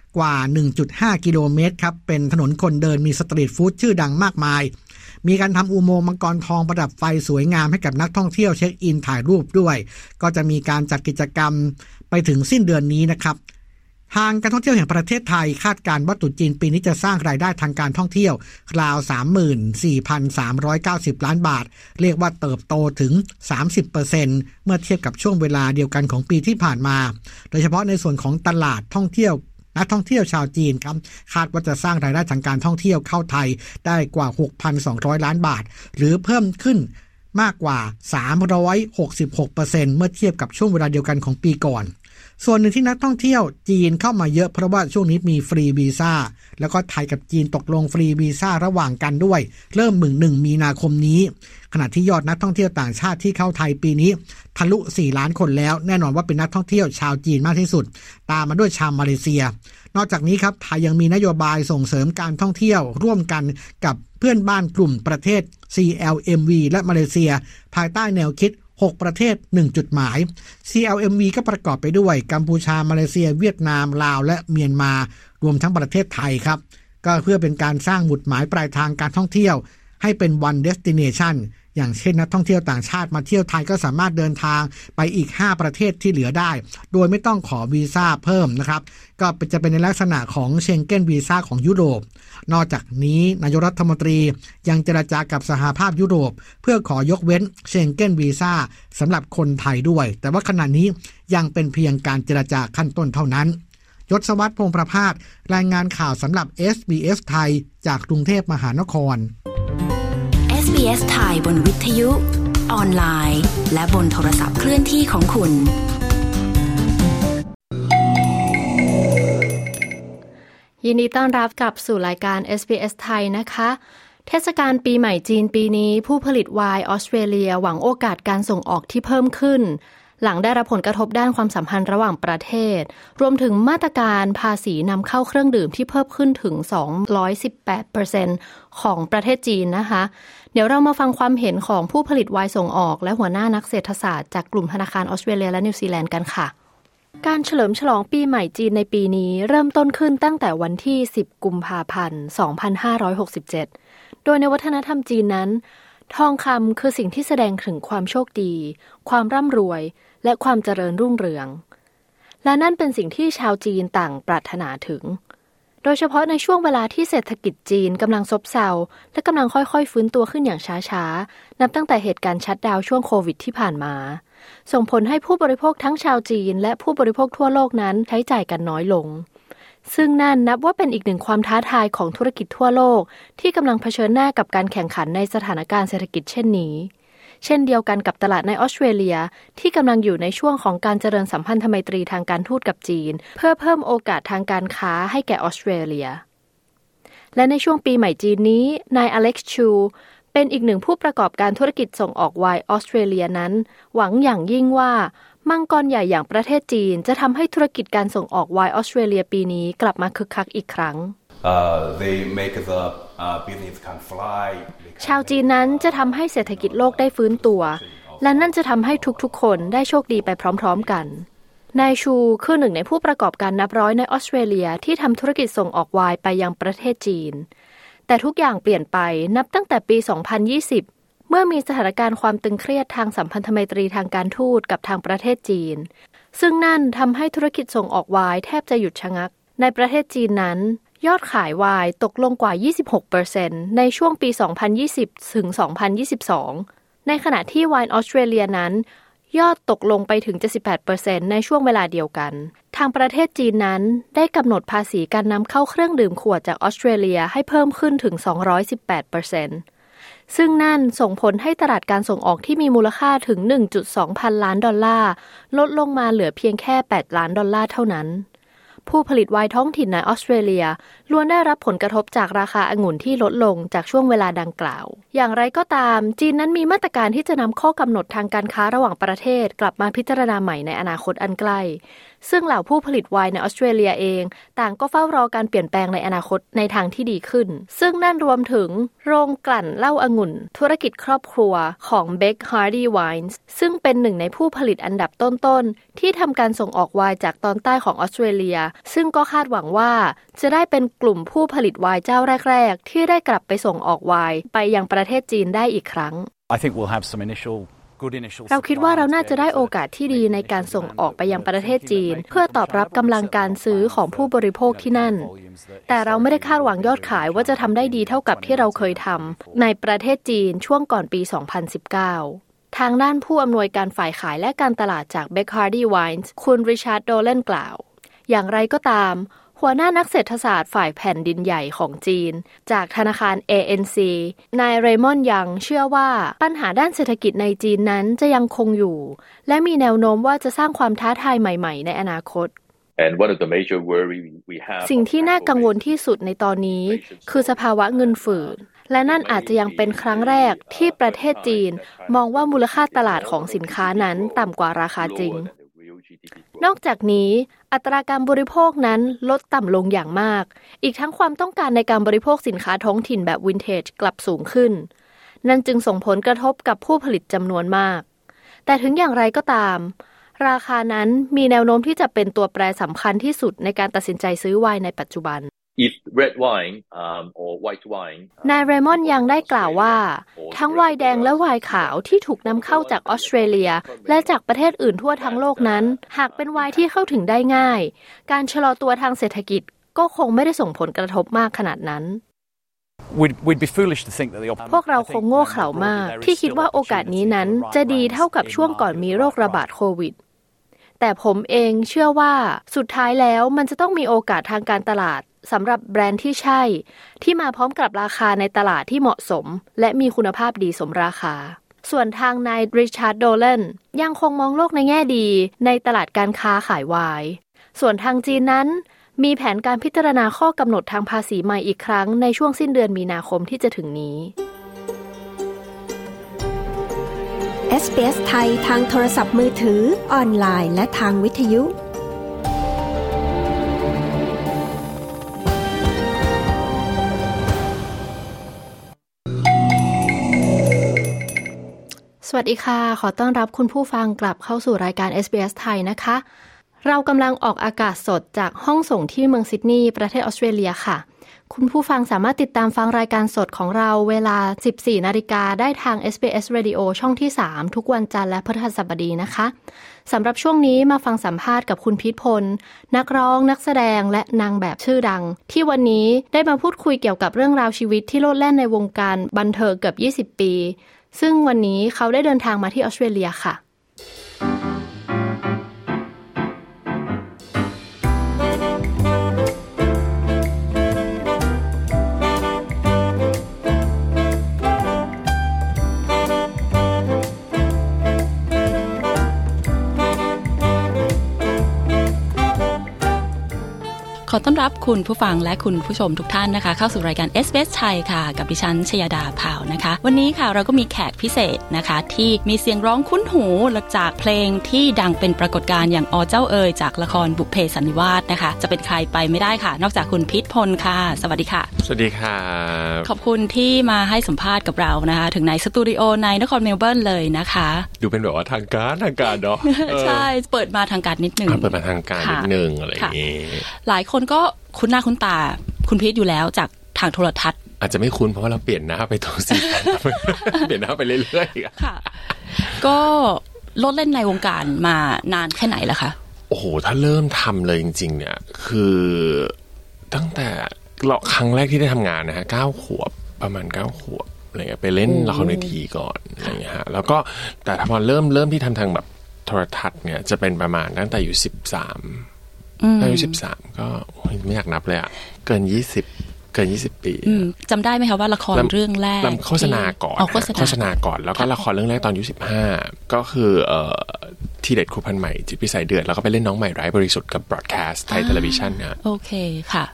กว่า หนึ่งจุดห้า กิโลเมตรครับเป็นถนนคนเดินมีสตรีทฟู้ดชื่อดังมากมายมีการทำอุโมงค์มังกรทองประดับไฟสวยงามให้กับนักท่องเที่ยวเช็คอินถ่ายรูปด้วยก็จะมีการจัดกิจกรรมไปถึงสิ้นเดือนนี้นะครับทางการท่องเที่ยวแห่งประเทศไทยคาดการณ์ว่าตรุษจีนปีนี้จะสร้างรายได้ทางการท่องเที่ยวราว สามหมื่นสี่พันสามร้อยเก้าสิบ ล้านบาทเรียกว่าเติบโตถึง สามสิบเปอร์เซ็นต์ เมื่อเทียบกับช่วงเวลาเดียวกันของปีที่ผ่านมาโดยเฉพาะในส่วนของตลาดท่องเที่ยวนักท่องเที่ยวชาวจีนครับคาดว่าจะสร้างรายได้ทางการท่องเที่ยวเข้าไทยได้กว่า หกพันสองร้อย ล้านบาทหรือเพิ่มขึ้นมากกว่า สามร้อยหกสิบหกเปอร์เซ็นต์ เมื่อเทียบกับช่วงเวลาเดียวกันของปีก่อนส่วนหนึ่งที่นักท่องเที่ยวจีนเข้ามาเยอะเพราะว่าช่วงนี้มีฟรีวีซ่าแล้วก็ไทยกับจีนตกลงฟรีวีซ่าระหว่างกันด้วยเริ่มหนึ่งมีนาคมนี้ขณะที่ยอดนักท่องเที่ยวต่างชาติที่เข้าไทยปีนี้ทะลุสี่ล้านคนแล้วแน่นอนว่าเป็นนักท่องเที่ยวชาวจีนมากที่สุดตามมาด้วยชาวมาเลเซียนอกจากนี้ครับไทยยังมีนโยบายส่งเสริมการท่องเที่ยวร่วมกันกับเพื่อนบ้านกลุ่มประเทศ ซี แอล เอ็ม วี และมาเลเซียภายใต้แนวคิดหกประเทศหนึ่งจุดหมาย ซี แอล เอ็ม วี ก็ประกอบไปด้วยกัมพูชามาเลเซียเวียดนามลาวและเมียนมารวมทั้งประเทศไทยครับก็เพื่อเป็นการสร้างหมุดหมายปลายทางการท่องเที่ยวให้เป็น one destination อย่างเช่นนักท่องเที่ยวต่างชาติมาเที่ยวไทยก็สามารถเดินทางไปอีกห้าประเทศที่เหลือได้โดยไม่ต้องขอวีซ่าเพิ่มนะครับก็จะเป็นในลักษณะของเชงเก้นวีซ่าของยุโรปนอกจากนี้นายกรัฐมนตรียังเจรจากับสหภาพยุโรปเพื่อขอยกเว้นเชงเก้นวีซ่าสำหรับคนไทยด้วยแต่ว่าขณะนี้ยังเป็นเพียงการเจรจาขั้นต้นเท่านั้นยศวัฒน์พงษ์ประภาสรายงานข่าวสำหรับ เอส บี เอส ไทยจากกรุงเทพมหานครเอส บี เอส ไทยบนวิทยุออนไลน์และบนโทรศัพท์เคลื่อนที่ของคุณยินดีต้อนรับกลับสู่รายการ เอส บี เอส ไทยนะคะเทศกาลปีใหม่จีนปีนี้ผู้ผลิตไวน์ออสเตรเลียหวังโอกาสการส่งออกที่เพิ่มขึ้นหลังได้รับผลกระทบด้านความสัมพันธ์ระหว่างประเทศรวมถึงมาตรการภาษีนำเข้าเครื่องดื่มที่เพิ่มขึ้นถึง สองร้อยสิบแปดเปอร์เซ็นต์ ของประเทศจีนนะคะเดี๋ยวเรามาฟังความเห็นของผู้ผลิตไวน์ส่งออกและหัวหน้านักเศรษฐศาสตร์จากกลุ่มธนาคารออสเตรเลียและนิวซีแลนด์กันค่ะการเฉลิมฉลองปีใหม่จีนในปีนี้เริ่มต้นขึ้นตั้งแต่วันที่สิบกุมภาพันธ์ สองพันห้าร้อยหกสิบเจ็ดโดยในวัฒนธรรมจีนนั้นทองคำคือสิ่งที่แสดงถึงความโชคดีความร่ำรวยและความเจริญรุ่งเรืองและนั่นเป็นสิ่งที่ชาวจีนต่างปรารถนาถึงโดยเฉพาะในช่วงเวลาที่เศรษฐกิจจีนกำลังซบเซาและกำลังค่อยๆฟื้นตัวขึ้นอย่างช้าๆนับตั้งแต่เหตุการณ์ชัตดาวน์ช่วงโควิดที่ผ่านมาส่งผลให้ผู้บริโภคทั้งชาวจีนและผู้บริโภคทั่วโลกนั้นใช้จ่ายกันน้อยลงซึ่งนั่นนับว่าเป็นอีกหนึ่งความท้าทายของธุรกิจทั่วโลกที่กำลังเผชิญหน้ากับการแข่งขันในสถานการณ์เศรษฐกิจเช่นนี้เช่นเดียวกันกับตลาดในออสเตรเลียที่กำลังอยู่ในช่วงของการเจริญสัมพันธไมตรีทางการทูตกับจีนเพื่อเพิ่มโอกาสทางการค้าให้แก่ออสเตรเลียและในช่วงปีใหม่จีนนี้นายอเล็กซ์ชูเป็นอีกหนึ่งผู้ประกอบการธุรกิจส่งออกไวน์ออสเตรเลียนั้นหวังอย่างยิ่งว่ามังกรใหญ่อย่างประเทศจีนจะทำให้ธุรกิจการส่งออกไวน์ออสเตรเลียปีนี้กลับมาคึกคักอีกครั้ง uh, they make the, uh, business can fly ชาวจีนนั้นจะทำให้เศรษฐกิจโลกได้ฟื้นตัวและนั่นจะทำให้ทุกๆคนได้โชคดีไปพร้อมๆกันนายชูคือหนึ่งในผู้ประกอบการนับร้อยในออสเตรเลียที่ทำธุรกิจส่งออกไวน์ไปยังประเทศจีนแต่ทุกอย่างเปลี่ยนไปนับตั้งแต่ปีสองพันยี่สิบเมื่อมีสถานการณ์ความตึงเครียดทางสัมพันธไมตรีทางการทูตกับทางประเทศจีนซึ่งนั่นทำให้ธุรกิจส่งออกไวน์แทบจะหยุดชะงักในประเทศจีนนั้นยอดขายไวน์ตกลงกว่า ยี่สิบหกเปอร์เซ็นต์ ในช่วงปีสองพันยี่สิบถึงสองพันยี่สิบสองในขณะที่ไวน์ออสเตรเลียนั้นยอดตกลงไปถึง เจ็ดสิบแปดเปอร์เซ็นต์ ในช่วงเวลาเดียวกันทางประเทศจีนนั้นได้กำหนดภาษีการนำเข้าเครื่องดื่มขวดจากออสเตรเลียให้เพิ่มขึ้นถึง สองร้อยสิบแปดเปอร์เซ็นต์ ซึ่งนั่นส่งผลให้ตลาดการส่งออกที่มีมูลค่าถึง หนึ่งจุดสอง พันล้านดอลลาร์ลดลงมาเหลือเพียงแค่แปดล้านดอลลาร์เท่านั้นผู้ผลิตไวน์ท้องถิ่นในออสเตรเลียล้วนได้รับผลกระทบจากราคาองุ่นที่ลดลงจากช่วงเวลาดังกล่าวอย่างไรก็ตามจีนนั้นมีมาตรการที่จะนำข้อกำหนดทางการค้าระหว่างประเทศกลับมาพิจารณาใหม่ในอนาคตอันใกล้ซึ่งเหล่าผู้ผลิตไวน์ในออสเตรเลียเองต่างก็เฝ้ารอการเปลี่ยนแปลงในอนาคตในทางที่ดีขึ้นซึ่งนั่นรวมถึงโรงกลั่นเหล้าองุ่นธุรกิจครอบครัวของ Beck Hardy Wines ซึ่งเป็นหนึ่งในผู้ผลิตอันดับต้นๆที่ทำการส่งออกไวน์จากตอนใต้ของออสเตรเลียซึ่งก็คาดหวังว่าจะได้เป็นกลุ่มผู้ผลิตไวน์เจ้าแรกๆที่ได้กลับไปส่งออกไวน์ไปยังประเทศจีนได้อีกครั้ง I think we'll have some initial เราคิดว่าเราน่าจะได้โอกาสที่ดีในการส่งออกไปยังประเทศจีนเพื่อตอบรับกำลังการซื้อของผู้บริโภคที่นั่นแต่เราไม่ได้คาดหวังยอดขายว่าจะทำได้ดีเท่ากับที่เราเคยทำในประเทศจีนช่วงก่อนปีสองพันสิบเก้าทางด้านผู้อำนวยการฝ่ายขายและการตลาดจาก Beck Hardy Wines คุณริชาร์ด โดเลนกล่าวอย่างไรก็ตามหัวหน้านักเศรษฐศาสตร์ฝ่ายแผ่นดินใหญ่ของจีนจากธนาคาร เอ เอ็น ซี นายเรมอนยังเชื่อว่าปัญหาด้านเศรษฐกิจในจีนนั้นจะยังคงอยู่และมีแนวโน้มว่าจะสร้างความท้าทายใหม่ๆในอนาคตสิ่งที่น่ากังวลที่สุดในตอนนี้คือสภาวะเงินฝืดและนั่นอาจจะยังเป็นครั้งแรกที่ประเทศจีนมองว่ามูลค่าตลาดของสินค้านั้นต่ำกว่าราคาจริงนอกจากนี้อัตราการบริโภคนั้นลดต่ำลงอย่างมากอีกทั้งความต้องการในการบริโภคสินค้าท้องถิ่นแบบวินเทจกลับสูงขึ้นนั่นจึงส่งผลกระทบกับผู้ผลิตจำนวนมากแต่ถึงอย่างไรก็ตามราคานั้นมีแนวโน้มที่จะเป็นตัวแปรสำคัญที่สุดในการตัดสินใจซื้อไวน์ในปัจจุบัน If red wine um, or white wine นายเรมอนยังได้กล่าวว่าทั้งไวน์แดงและไวน์ขาวที่ถูกนำเข้าจากออสเตรเลียและจากประเทศอื่นทั่วทั้งโลกนั้นหากเป็นไวน์ที่เข้าถึงได้ง่ายการชะลอตัวทางเศรษฐกิจก็คงไม่ได้ส่งผลกระทบมากขนาดนั้น We'd, we'd be foolish to think that the พวกเราคงโง่เขลามากที่คิดว่าโอกาสนี้นั้นจะดีเท่ากับช่วงก่อนมีโรคระบาดโควิดแต่ผมเองเชื่อว่าสุดท้ายแล้วมันจะต้องมีโอกาสทางการตลาดสำหรับแบรนด์ที่ใช่ที่มาพร้อมกับราคาในตลาดที่เหมาะสมและมีคุณภาพดีสมราคาส่วนทางนายริชาร์ด โดเลนยังคงมองโลกในแง่ดีในตลาดการค้าขายไวน์ส่วนทางจีนนั้นมีแผนการพิจารณาข้อกำหนดทางภาษีใหม่อีกครั้งในช่วงสิ้นเดือนมีนาคมที่จะถึงนี้เอส บี เอส ไทยทางโทรศัพท์มือถือออนไลน์และทางวิทยุสวัสดีค่ะขอต้อนรับคุณผู้ฟังกลับเข้าสู่รายการ เอส บี เอส ไทยนะคะเรากำลังออกอากาศสดจากห้องส่งที่เมืองซิดนีย์ประเทศออสเตรเลียค่ะคุณผู้ฟังสามารถติดตามฟังรายการสดของเราเวลา สิบสี่นาฬิกาได้ทาง เอส บี เอส Radio ช่องที่สามทุกวันจันทร์และพฤหัสบดีนะคะสำหรับช่วงนี้มาฟังสัมภาษณ์กับคุณพีทพลนักร้องนักแสดงและนางแบบชื่อดังที่วันนี้ได้มาพูดคุยเกี่ยวกับเรื่องราวชีวิตที่โลดแล่นในวงการบันเทิงเกือบยี่สิบปีซึ่งวันนี้เขาได้เดินทางมาที่ออสเตรเลียค่ะขอต้อนรับคุณผู้ฟังและคุณผู้ชมทุกท่านนะคะเข้าสู่รายการ เอส บี เอส ไทยค่ะกับดิฉันชยดาพาวนะคะวันนี้ค่ะเราก็มีแขกพิเศษนะคะที่มีเสียงร้องคุ้นหูจากเพลงที่ดังเป็นปรากฏการณ์อย่างอเจ้าเอ๋ยจากละครบุพเพสันนิวาสนะคะจะเป็นใครไปไม่ได้ค่ะนอกจากคุณพีทพลค่ะสวัสดีค่ะสวัสดีค่ะขอบคุณที่มาให้สัมภาษณ์กับเรานะคะถึงในสตูดิโอในนครเมลเบิร์นเลยนะคะดูเป็นแบบว่าทางการทางการเนาะใช่เปิดมาทางการนิดนึงเปิดมาทางการนิดนึงอะไรอย่างงี้หลายคนก็คุ้นหน้าคุ้นตาคุณพีทอยู่แล้วจากทางโทรทัศน์อาจจะไม่คุ้นเพราะว่าเราเปลี่ยนหน้าไปตัวสีเปลี่ยนหน้าไปเรื่อยๆค่ะก็ลดเล่นในวงการมานานแค่ไหนแล้วคะโอ้โหถ้าเริ่มทำเลยจริงๆเนี่ยคือตั้งแต่เราครั้งแรกที่ได้ทำงานนะฮะเก้าขวบประมาณเก้าขวบอะไรเงี้ยไปเล่นละครเวทีก่อนอะไรเงี้ยฮะแล้วก็แต่พอเริ่มเริ่มที่ทำทางแบบโทรทัศน์เนี่ยจะเป็นประมาณตั้งแต่อยู่สิบสามอายุสิบสามก็ไม่อยากนับเลยอ่ะเกินยี่สิบเกินยี่สิบปีจำได้ไหมคะว่าละครเรื่องแรกโฆษณาก่อนโฆษณาก่อนแล้วก็ละครเรื่องแรกตอนอายุสิบห้าก็คือเอ่อทีเด็ดครูพันใหม่จิตพิสัยเดือดแล้วก็ไปเล่นน้องใหม่ไร้บริสุทธิ์กับ broadcast ไทย television นะโอเคค่ะ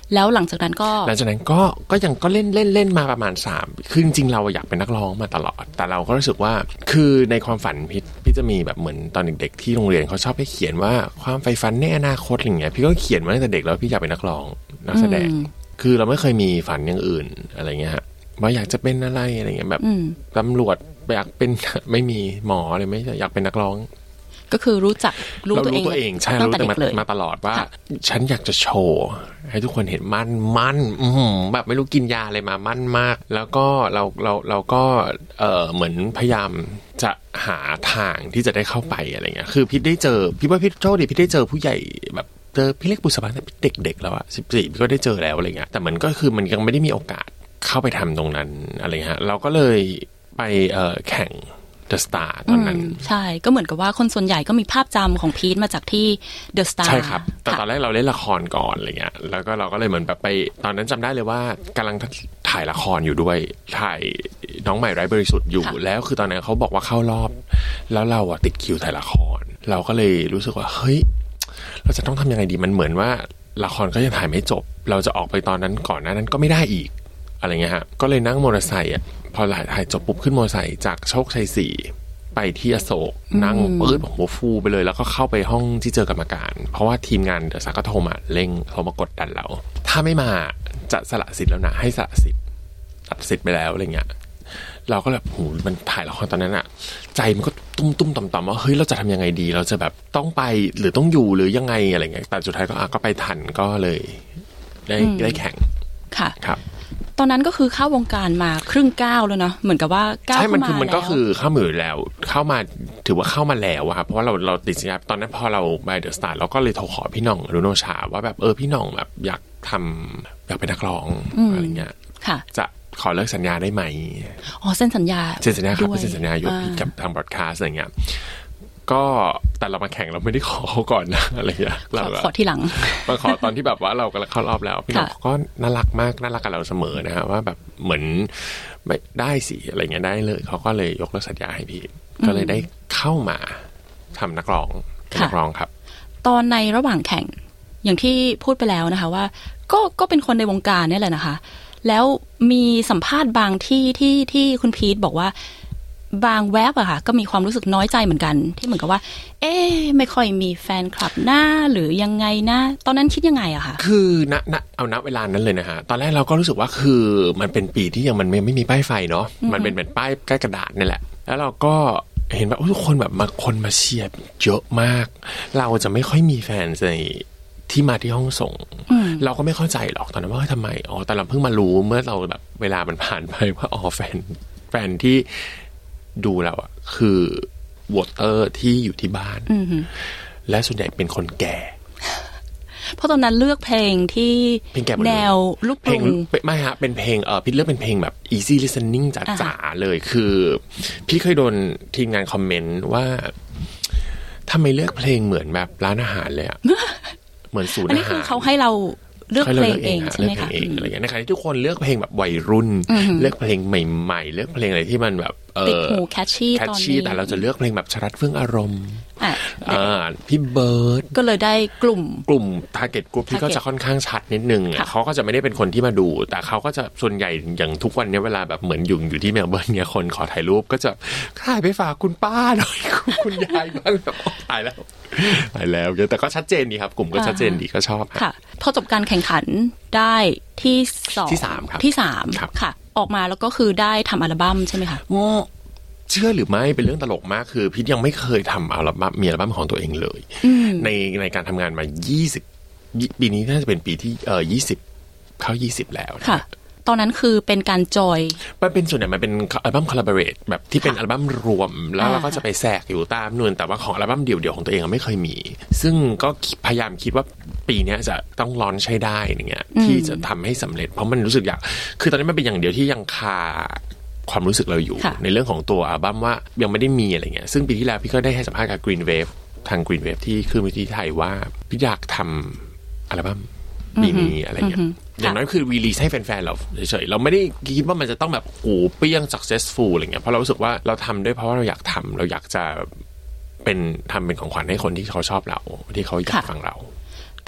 แล้วหลังจากนั้นก็หลังจากนั้นก็ก็ยังก็เล่นเล่นเล่นมาประมาณสามคือจริงๆเราอยากเป็นนักร้องมาตลอดแต่เราก็รู้สึกว่าคือในความฝันพี่พี่จะมีแบบเหมือนตอนเด็กๆที่โรงเรียนเขาชอบให้เขียนว่าความใฝ่ฝันในอนาคตอะไรเงี้ยพี่ก็เขียนมาตั้งแต่เด็กแล้วพี่อยากเป็นนักร้องนักแสดงคือเราไม่เคยมีฝันอย่างอื่นอะไรเงี้ยฮะว่าอยากจะเป็นอะไรอะไรเงี้ยแบบตำรวจอยากเป็นไม่มีหมอเลยไม่อยากเป็นนักร้องก็คือรู้จักรู้ตัวเองตัวเองใช่รู้แต่มาตลอดว่าฉันอยากจะโชว์ให้ทุกคนเห็นมั่นมั่นแบบไม่รู้กินยาอะไรมามั่นมากแล้วก็เราเราเราก็เออเหมือนพยายามจะหาทางที่จะได้เข้าไปอะไรเงี้ยคือพี่ได้เจอพี่ว่าพี่โชคดีพี่ได้เจอผู้ใหญ่แบบเจอพี่เล็กบุษบาแต่เด็กๆแล้วอะสิบสี่พี่ก็ได้เจอแล้วอะไรเงี้ยแต่มันก็คือมันยังไม่ได้มีโอกาสเข้าไปทำตรงนั้นอะไรฮะเราก็เลยไปเอ่อแข่งThe Star ตอนนั้นใช่ก็เหมือนกับว่าคนส่วนใหญ่ก็มีภาพจำของพีทมาจากที่ The Star ใช่ครับแต่ตอนแรกเราเล่นละครก่อนอะไรเงี้ยแล้วก็เราก็เลยเหมือนแบบไปตอนนั้นจำได้เลยว่ากำลังถ่ายละครอยู่ด้วยถ่ายน้องใหม่ไร้บริสุทธิ์อยู่แล้วคือตอนนั้นเขาบอกว่าเข้ารอบแล้วเราอะติดคิวถ่ายละครเราก็เลยรู้สึกว่าเฮ้ยเราจะต้องทำยังไงดีมันเหมือนว่าละครก็ยังถ่ายไม่จบเราจะออกไปตอนนั้นก่อนหน้านั้นก็ไม่ได้อีกอะไรเงี้ยฮะก็เลยนั่งมอเตอร์ไซค์อ่ะพอถ่ายจบปุ๊บขึ้นมอเตอร์ไซค์จากโชคชัยสี่ไปที่อโศกนั่งปื๊ดผมฟูไปเลยแล้วก็เข้าไปห้องที่เจอกรรมการเพราะว่าทีมงานเดอะซักก็โทรมาเร่งโทรมากดดันเราถ้าไม่มาจะสละสิทธิ์แล้วนะให้สละสิทธิ์ตัดสิทธิ์ไปแล้วอะไรเงี้ยเราก็แบบโหมันถ่ายละครตอนนั้นอ่ะใจมันก็ตุ้มๆต่อมๆว่าเฮ้ยเราจะทำยังไงดีเราจะแบบต้องไปหรือต้องอยู่หรือยังไงอะไรเงี้ยแต่สุดท้ายก็อ่ะก็ไปทันก็เลยได้ได้แข่งค่ะครับตอนนั้นก็คือเข้าวงการมาครึ่งก้าวแล้วเนาะเหมือนกับว่าก้าวเข้ามาแล้วใช่มันคือมันก็คือเข้ามือแล้วเข้ามาถือว่าเข้ามาแล้วอะครับเพราะว่าเราเราติดสัญญาตอนนั้นพอเราไปเดอะสตาร์เราก็เลยโทรขอพี่หน่องรุโนชาว่าแบบเออพี่หน่องแบบอยากทำอยากเป็นนักร้องอะไรเงี้ยจะขอเลิกสัญญาได้ไหมอ๋อเซ็นสัญญาเซ็นสัญญาครับเซ็นสัญญาอยู่กับทางบรอดคาสต์อะไรเงี้ยก็แต่เรามาแข่งเราไม่ได้ขอเขาก่อนนะอะไรอย่างเงี้ยเราขอทีหลังมาขอตอนที่แบบว่าเรากำลังเข้ารอบแล้วพี่น้องก็น่ารักมากน่ารักกับเราเสมอนะฮะว่าแบบเหมือนไม่ได้สิอะไรเงี้ยได้เลยเขาก็เลยยกเลิกสัญญาให้พี่ก็เลยได้เข้ามาทำนักร้องนักร้องครับตอนในระหว่างแข่งอย่างที่พูดไปแล้วนะคะว่าก็ก็เป็นคนในวงการนี่แหละนะคะแล้วมีสัมภาษณ์บางที่ที่ที่คุณพีทบอกว่าบางแวบอะค่ะก็มีความรู้สึกน้อยใจเหมือนกันที่เหมือนกับว่าเอ๊ะไม่ค่อยมีแฟนคลับหน้าหรือยังไงนะตอนนั้นคิดยังไงอะค่ะคือณณเอาณเวลานั้นเลยนะฮะตอนแรกเราก็รู้สึกว่าคือมันเป็นปีที่ยังมันไม่มีป้ายไฟเนาะมันเป็นเป็นป้ายใกล้กระดาษนี่แหละแล้วเราก็เห็นว่าทุกคนแบบมาคนมาเชียร์เยอะมากเราจะไม่ค่อยมีแฟนในที่มาที่ห้องส่งเราก็ไม่เข้าใจหรอกตอนนั้นว่าทำไมอ๋อแต่เราเพิ่งมารู้เมื่อเราแบบเวลามันผ่านไปว่าอ๋อแฟนแฟนที่ดูเราอะคือวอเตอร์ที่อยู่ที่บ้านและส่วนใหญ่เป็นคนแก่เพราะตอนนั้นเลือกเพลงที่แนวลูกกรุงไม่ฮะเป็นเพลงเออพี่เลือกเป็นเพลงแบบ easy listening จ๋าๆเลยคือพี่เคยโดนทีมงานคอมเมนต์ว่าทำไมเลือกเพลงเหมือนแบบร้านอาหารเลยอะเหมือนศูนย์อาหารอันนี้คือเขาให้เราเลือกเพลงเองใช่ไหมคะอะไรอย่างเงี้ยนะคะทุกคนเลือกเพลงแบบวัยรุ่นเลือกเพลงใหม่ๆเลือกเพลงอะไรที่มันแบบติดหูแคชชี่ตอนนี้แต่เราจะเลือกเพลงแบบชรัตเฟื่องอารมณ์อ่าพี่เบิร์ดก็เลยได้กลุ่มกลุ่ม target group ที่ก็จะค่อนข้างชัดนิดนึงเขาก็จะไม่ได้เป็นคนที่มาดูแต่เขาก็จะส่วนใหญ่อย่างทุกวันนี้เวลาแบบเหมือนอยู่อยู่ที่เมลเบิร์นเนี่ยคนขอถ่ายรูปก็จะถ่ายไปฝากคุณป้าหน่อยคุณยายบ้างแบบถ่ายแล้วถ่ายแล้วแต่ก็ชัดเจนดีครับกลุ่มก็ชัดเจนดีก็ชอบค่ะพอจบการแข่งขันได้ที่สองที่สามครับที่สามค่ะออกมาแล้วก็คือได้ทำอัลบั้มใช่ไหมคะเชื่อหรือไม่เป็นเรื่องตลกมากคือพี่ยังไม่เคยทำอัลบั้มมีอัลบั้มของตัวเองเลยในในการทำงานมายี่สิบปีนี้น่าจะเป็นปีที่เอ่อยี่สิบเข้ายี่สิบแล้วค่ะตอนนั้นคือเป็นการจอยมันเป็นส่วนใหญ่มันเป็นอัลบั้มคอลลาบอเรทแบบที่เป็นอัลบั้มรวมแล้วเราก็จะไปแทรกอยู่ตามนู่นแต่ว่าของอัลบั้มเดี่ยวๆของตัวเองไม่เคยมีซึ่งก็พยายามคิดว่าปีนี้จะต้องลอนใช้ได้อย่างเงี้ยที่จะทำให้สำเร็จเพราะมันรู้สึกอยากคือตอนนี้มันเป็นอย่างเดียวที่ยังคาความรู้สึกเราอยู่ในเรื่องของตัวอัลบั้มว่ายังไม่ได้มีอะไรเงี้ยซึ่งปีที่แล้วพี่ก็ได้ให้สัมภาษณ์กับ Green Wave ทาง Green Wave ที่คือวิทยไทยว่าพี่อยากทำอัลบั้มปีนี้อะไรเงี้ยอย่างน้อยคือรีลีสให้แฟนๆเราเฉยๆเราไม่ได้คิดว่ามันจะต้องแบบโอ้เปี้ยง successful อะไรเงี้ยเพราะเรารู้สึกว่าเราทำด้วยเพราะว่าเราอยากทำเราอยากจะเป็นทำเป็นของขวัญให้คนที่เขาชอบเราที่เขาอยากฟังเรา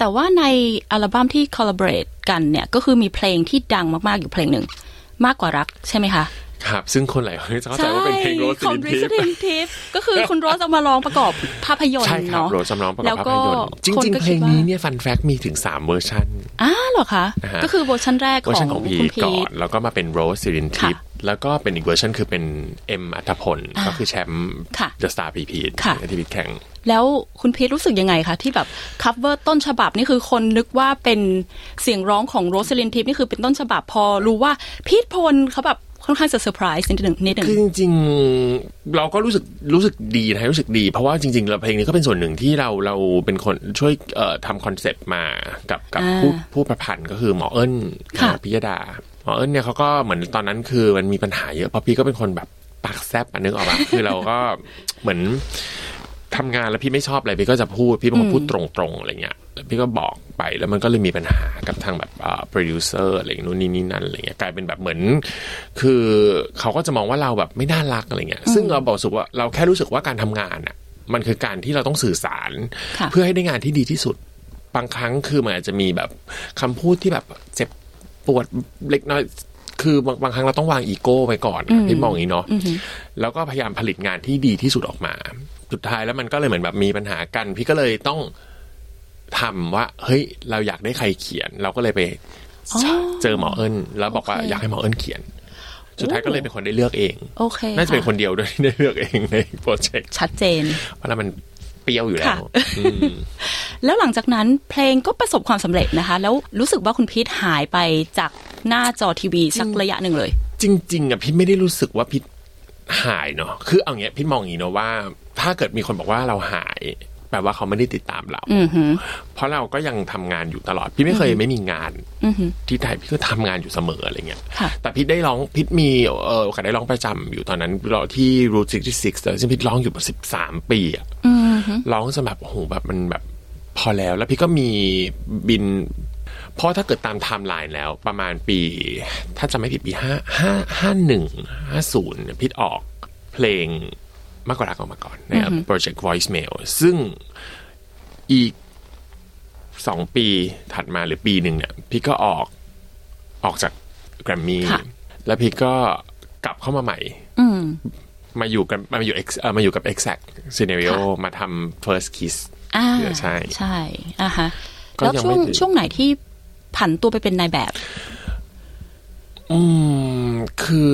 แต่ว่าในอัลบั้มที่ collaborate กันเนี่ยก็คือมีเพลงที่ดังมากๆอยู่เพลงหนึ่งมากกว่ารักใช่ไหมคะครับซึ่งคนหลายคนจะเข้าใจว่าเป็นเพลงโรสลินทิพย์ก็คือคุณโรสเอามาร้องประกอบภาพยนตร์เนาะโรสจำลองประกอบภาพยนตร์จริงๆเพลงนี้เนี่ยฟันแฟกต์มีถึงสามเวอร์ชันอ้าเหรอคะก็คือเวอร์ชันแรกของคุณพีทก่อนแล้วก็มาเป็นโรสลินทิพย์แล้วก็เป็นอีกเวอร์ชันคือเป็นเอ็มอัธพลก็คือแชมป์เดอะสตาร์พีพีทที่พีทแข่งแล้วคุณพีทรู้สึกยังไงคะที่แบบคัฟเวอร์ต้นฉบับนี่คือคนนึกว่าเป็นเสียงร้องของโรสลินทิพย์นี่คือเป็นต้นฉบับพอรู้ว่าพีทพลเขาแบบค่อนข้างจะเซอร์ไพรส์นิดหนึ่งนิดหนึ่งคือจริงๆเราก็รู้สึกรู้สึกดีนะรู้สึกดีเพราะว่าจริงๆแล้วเพลงนี้ก็เป็นส่วนหนึ่งที่เราเราเป็นคนช่วยเอ่อทำคอนเซปต์มากับกับผู้ผู้ประพันธ์ก็คือหมอเอิญพิยดาหมอเอิญเนี่ยเขาก็เหมือนตอนนั้นคือมันมีปัญหาเยอะเพราะพี่ก็เป็นคนแบบปากแซบนึกออกป่ะคือเราก็เหมือนทำงานแล้วพี่ไม่ชอบอะไรพี่ก็จะพูดพี่เป็นคนพูดตรงๆอะไรเงี้ยพี่ก็บอกไปแล้วมันก็เลยมีปัญหากับทางแบบอ่าโปรดิวเซอร์อะไรนู่นนี่นี่นั่นอะไรเงี้ยกลายเป็นแบบเหมือนคือเขาก็จะมองว่าเราแบบไม่น่ารักอะไรเงี้ยซึ่งเราบอกสุดว่าเราแค่รู้สึกว่าการทำงานอ่ะมันคือการที่เราต้องสื่อสารเพื่อให้ได้งานที่ดีที่สุดบางครั้งคือมันอาจจะมีแบบคำพูดที่แบบเจ็บปวดเล็กน้อยคือบางบางครั้งเราต้องวางอีโก้ไว้ก่อนพี่มองอย่างนี้เนาะแล้วก็พยายามผลิตงานที่ดีที่สุดออกมาสุดท้ายแล้วมันก็เลยเหมือนแบบมีปัญหากันพี่ก็เลยต้องทำว่าเฮ้ยเราอยากได้ใครเขียนเราก็เลยไปเจอหมอเอิญแล้วบอกว่าอยากให้หมอเอิญเขียนสุดท้ายก็เลยเป็นคนได้เลือกเองน่าจะเป็นคนเดียวด้วยที่ได้เลือกเองในโปรเจกต์ชัดเจนเพราะแล้วมันเปรี้ยวอยู่แล้วแล้วหลังจากนั้นเพลงก็ประสบความสำเร็จนะคะแล้วรู้สึกว่าคุณพีทหายไปจากหน้าจอทีวีสักระยะหนึ่งเลยจริงๆอ่ะพีทไม่ได้รู้สึกว่าพีทหายเนาะคือเอาเงี้ยพีทมองอย่างนี้เนาะว่าถ้าเกิดมีคนบอกว่าเราหายแปลว่าเขาไม่ได้ติดตามเราเพราะเราก็ยังทำงานอยู่ตลอดพี่ไม่เคยไม่มีงานที่ไทยพี่ก็ทำงานอยู่เสมออะไรเงี้ยแต่พี่ได้ร้องพี่มีเออโอกาสได้ร้องประจำอยู่ตอนนั้นเราที่ Route หกสิบหกแต่ซึ่งพี่ร้องอยู่มาสิบสามปีอะร้องจนแบบโอ้โหแบบมันแบบพอแล้วแล้วพี่ก็มีบินเพราะถ้าเกิดตามไทม์ไลน์แล้วประมาณปีถ้าจำไม่ผิดปีห้าห้าห้าหนึ่งห้าศูนย์พี่ออกเพลงมากกว่ารักออกมาก่อนในโปรเจกต์ Voicemail ซึ่งอีกสองปีถัดมาหรือปีหนึ่งเนี่ยพี่ก็ออกออกจากแกรมมี่แล้วพี่ก็กลับเข้ามาใหม่มาอยู่กันมาอยู่เอ่อมาอยู่กับ Exact Scenario มาทำ First Kiss อ่าใช่ใช่อ่ะฮะแล้วช่วงช่วงไหนที่ผันตัวไปเป็นนายแบบอืมคือ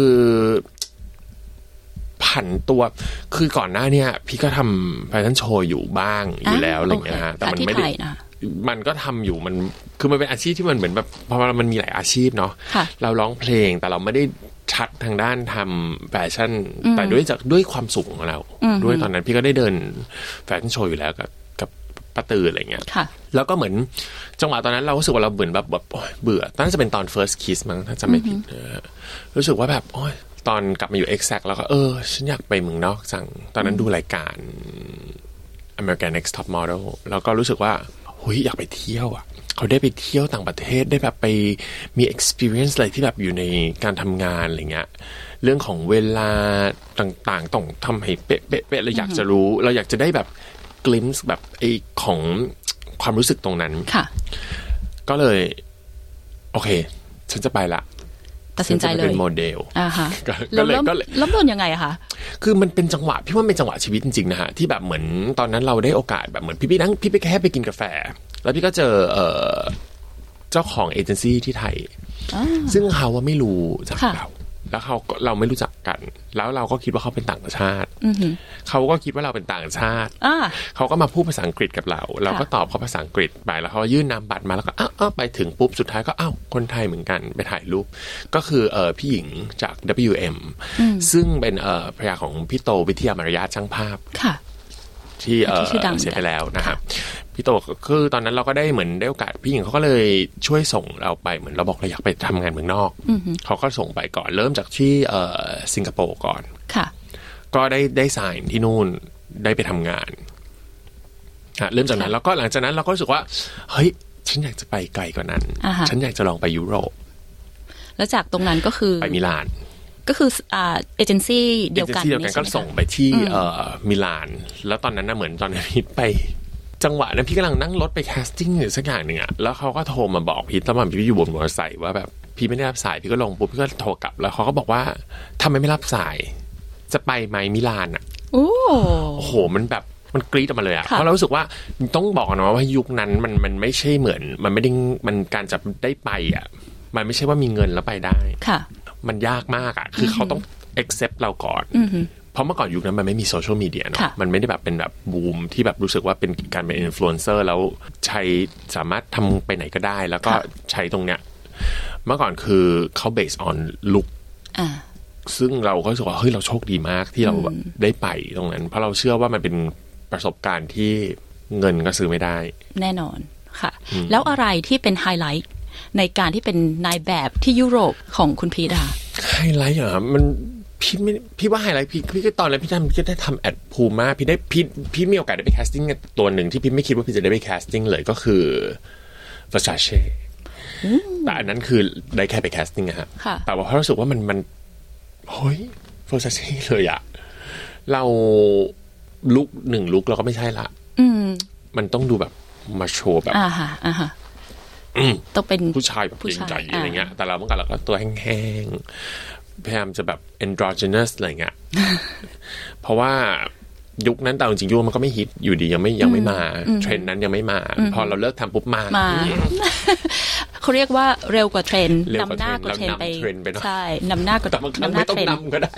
ผันตัวคือก่อนหน้าเนี่ยพี่ก็ทำแฟชั่นโชว์อยู่บ้างอยู่แล้วอะไรเงี้ยฮะแต่มันไม่ได้มันก็ทำอยู่มันคือมันเป็นอาชีพที่มันเหมือนแบบเพราะว่ามันมีหลายอาชีพเนาะเราร้องเพลงแต่เราไม่ได้ชัดทางด้านทำแฟชั่นแต่ด้วยจากด้วยความสูงของเราด้วยตอนนั้นพี่ก็ได้เดินแฟชั่นโชว์อยู่แล้วกับกับป้าตืออะไรเงี้ยแล้วก็เหมือนจังหวะตอนนั้นเรารู้สึกว่าเราเบื่อแบบแบบเบื่อน่าจะเป็นตอน first kiss มั้งถ้าจำไม่ผิดรู้สึกว่าแบบโอ๊ยตอนกลับมาอยู่ Exact แล้วก็เออฉันอยากไปเมืองนอกจังตอนนั้นดูรายการ American Next Top Model แล้วก็รู้สึกว่าเฮ้ยอยากไปเที่ยวอ่ะเขาได้ไปเที่ยวต่างประเทศได้แบบไปมี experience อะไรที่แบบอยู่ในการทำงานอะไรเงี้ยเรื่องของเวลาต่างๆต้องทำให้เป๊ะๆเราอยากจะรู้เราอยากจะได้แบบ glimpse แบบไอ้ของความรู้สึกตรงนั้นก็เลยโอเคฉันจะไปละตัดสินใจเลยเป็นโมเดลอ่าฮะแล้วเริ่มเริ่มต้นยังไงอะคะคือมันเป็นจังหวะพี่ว่าเป็นจังหวะชีวิตจริงๆนะฮะที่แบบเหมือนตอนนั้นเราได้โอกาสแบบเหมือนพี่พี่นั่งพี่ไปแค่ไปกินกาแฟแล้วพี่ก็เจอเอ่อเจ้าของเอเจนซี่ที่ไทยซึ่งเขาว่าไม่รู้จักเราแล้วเขาเราไม่รู้จักกันแล้วเราก็คิดว่าเขาเป็นต่างชาติเขาก็คิดว่าเราเป็นต่างชาติเขาก็มาพูดภาษาอังกฤษกับเราเราก็ตอบเขาภาษาอังกฤษไปแล้วเขายื่นนามบัตรมาแล้วก็อ้าวไปถึงปุ๊บสุดท้ายก็อ้าวคนไทยเหมือนกันไปถ่ายรูปก็คือเออพี่หญิงจาก ดับเบิลยู เอ็ม ซึ่งเป็นเออภรรยาของพี่โตวิทยามารยาทช่างภาพที่เออเสียไปแล้วนะครับพี่โตคือตอนนั้นเราก็ได้เหมือนได้โอกาสพี่หญิงเขาก็เลยช่วยส่งเราไปเหมือนเราบอกเราอยากไปทำงานเมืองนอกเขาก็ส่งไปก่อนเริ่มจากที่เอ่อสิงคโปร์ก่อนก็ได้ได้ไซน์ที่นู่นได้ไปทำงานเริ่มจากนั้นแล้วก็หลังจากนั้นเราก็รู้สึกว่าเฮ้ยฉันอยากจะไปไกลกว่านั้นฉันอยากจะลองไปยุโรปแล้วจากตรงนั้นก็คือไปมิลานก็คืออ่าเอเจนซี่เดียวกันเอเจนซี่เดียวกันก็ส่งไปที่เอ่อมิลานแล้วตอนนั้นน่ะเหมือนตอนนี้ไปจังหวะนั้นพี่กำลังนั่งรถไปแคสติ้งหรือสักอย่างหนึ่งอะแล้วเขาก็โทรมาบอกพี่ตอนพี่อยู่บนมอเตอร์ไซค์ว่าแบบพี่ไม่ได้รับสายพี่ก็ลงปุ๊บพี่ก็โทรกลับแล้วเขาก็บอกว่าทำไมไม่รับสายจะไปไหมมิลานอะโอ้โหมันแบบมันกรี๊ดออกมาเลยอะเพราะเรารู้สึกว่าต้องบอกนะว่ายุคนั้นมันมันไม่ใช่เหมือนมันไม่ได้มันการจะได้ไปอะมันไม่ใช่ว่ามีเงินแล้วไปได้มันยากมากอะคือเขาต้อง accept เราก่อนเพราะเมื่อก่อนยุคนั้นมันไม่มีโซเชียลมีเดียเนาะมันไม่ได้แบบเป็นแบบบูมที่แบบรู้สึกว่าเป็นการเป็นอินฟลูเอนเซอร์แล้วใช้สามารถทำไปไหนก็ได้แล้วก็ใช้ตรงเนี้ยเมื่อก่อนคือเขา based on look ซึ่งเราก็รู้สึกว่าเฮ้ยเราโชคดีมากที่เราได้ไปตรงนั้นเพราะเราเชื่อว่ามันเป็นประสบการณ์ที่เงินก็ซื้อไม่ได้แน่นอนค่ะแล้วอะไรที่เป็นไฮไลท์ในการที่เป็นนายแบบที่ยุโรปของคุณพีดาไฮไลท์เหรอมันพี่ไม่พี่ว่าไฮไลท์พี่พี่ก็ตอนนั้นพี่ทำพี่ก็ได้ทำแอดพูม่าพี่ได้พี่พี่มีโอกาสได้ไปแคสติ้งตัวหนึ่งที่พี่ไม่คิดว่าพี่จะได้ไปแคสติ้งเลยก็คือ Versace แต่อันนั้นคือได้แค่ไปแคสติ้งอะฮะแต่ว่าเพราะรู้สึกว่ามันมันเฮ้ย Versace เลยอะเราลุกหนึ่งลุกเราก็ไม่ใช่ละมันต้องดูแบบมาโชว์แบบอ่าฮะอ่าฮะต้องเป็นผู้ชายแบบเก่งใจอะไรเงี้ยแต่เราเมื่อก่อนเราก็ตัวแห้งๆพยายามจะแบบ androgynous อะไรเงี้ยเพราะว่ายุคนั้นแต่จริงๆยุคมันก็ไม่ฮิตอยู่ดียังไม่ยังไม่มาเทรนด์นั้นยังไม่มาพอเราเลิกทำปุ๊บมาเขาเรียกว่าเร็วกว่าเทรนด์นำหน้ากว่าเทรนด์ไปใช่นำหน้ากว่าแต่บางครั้งไม่ต้องนำก็ได้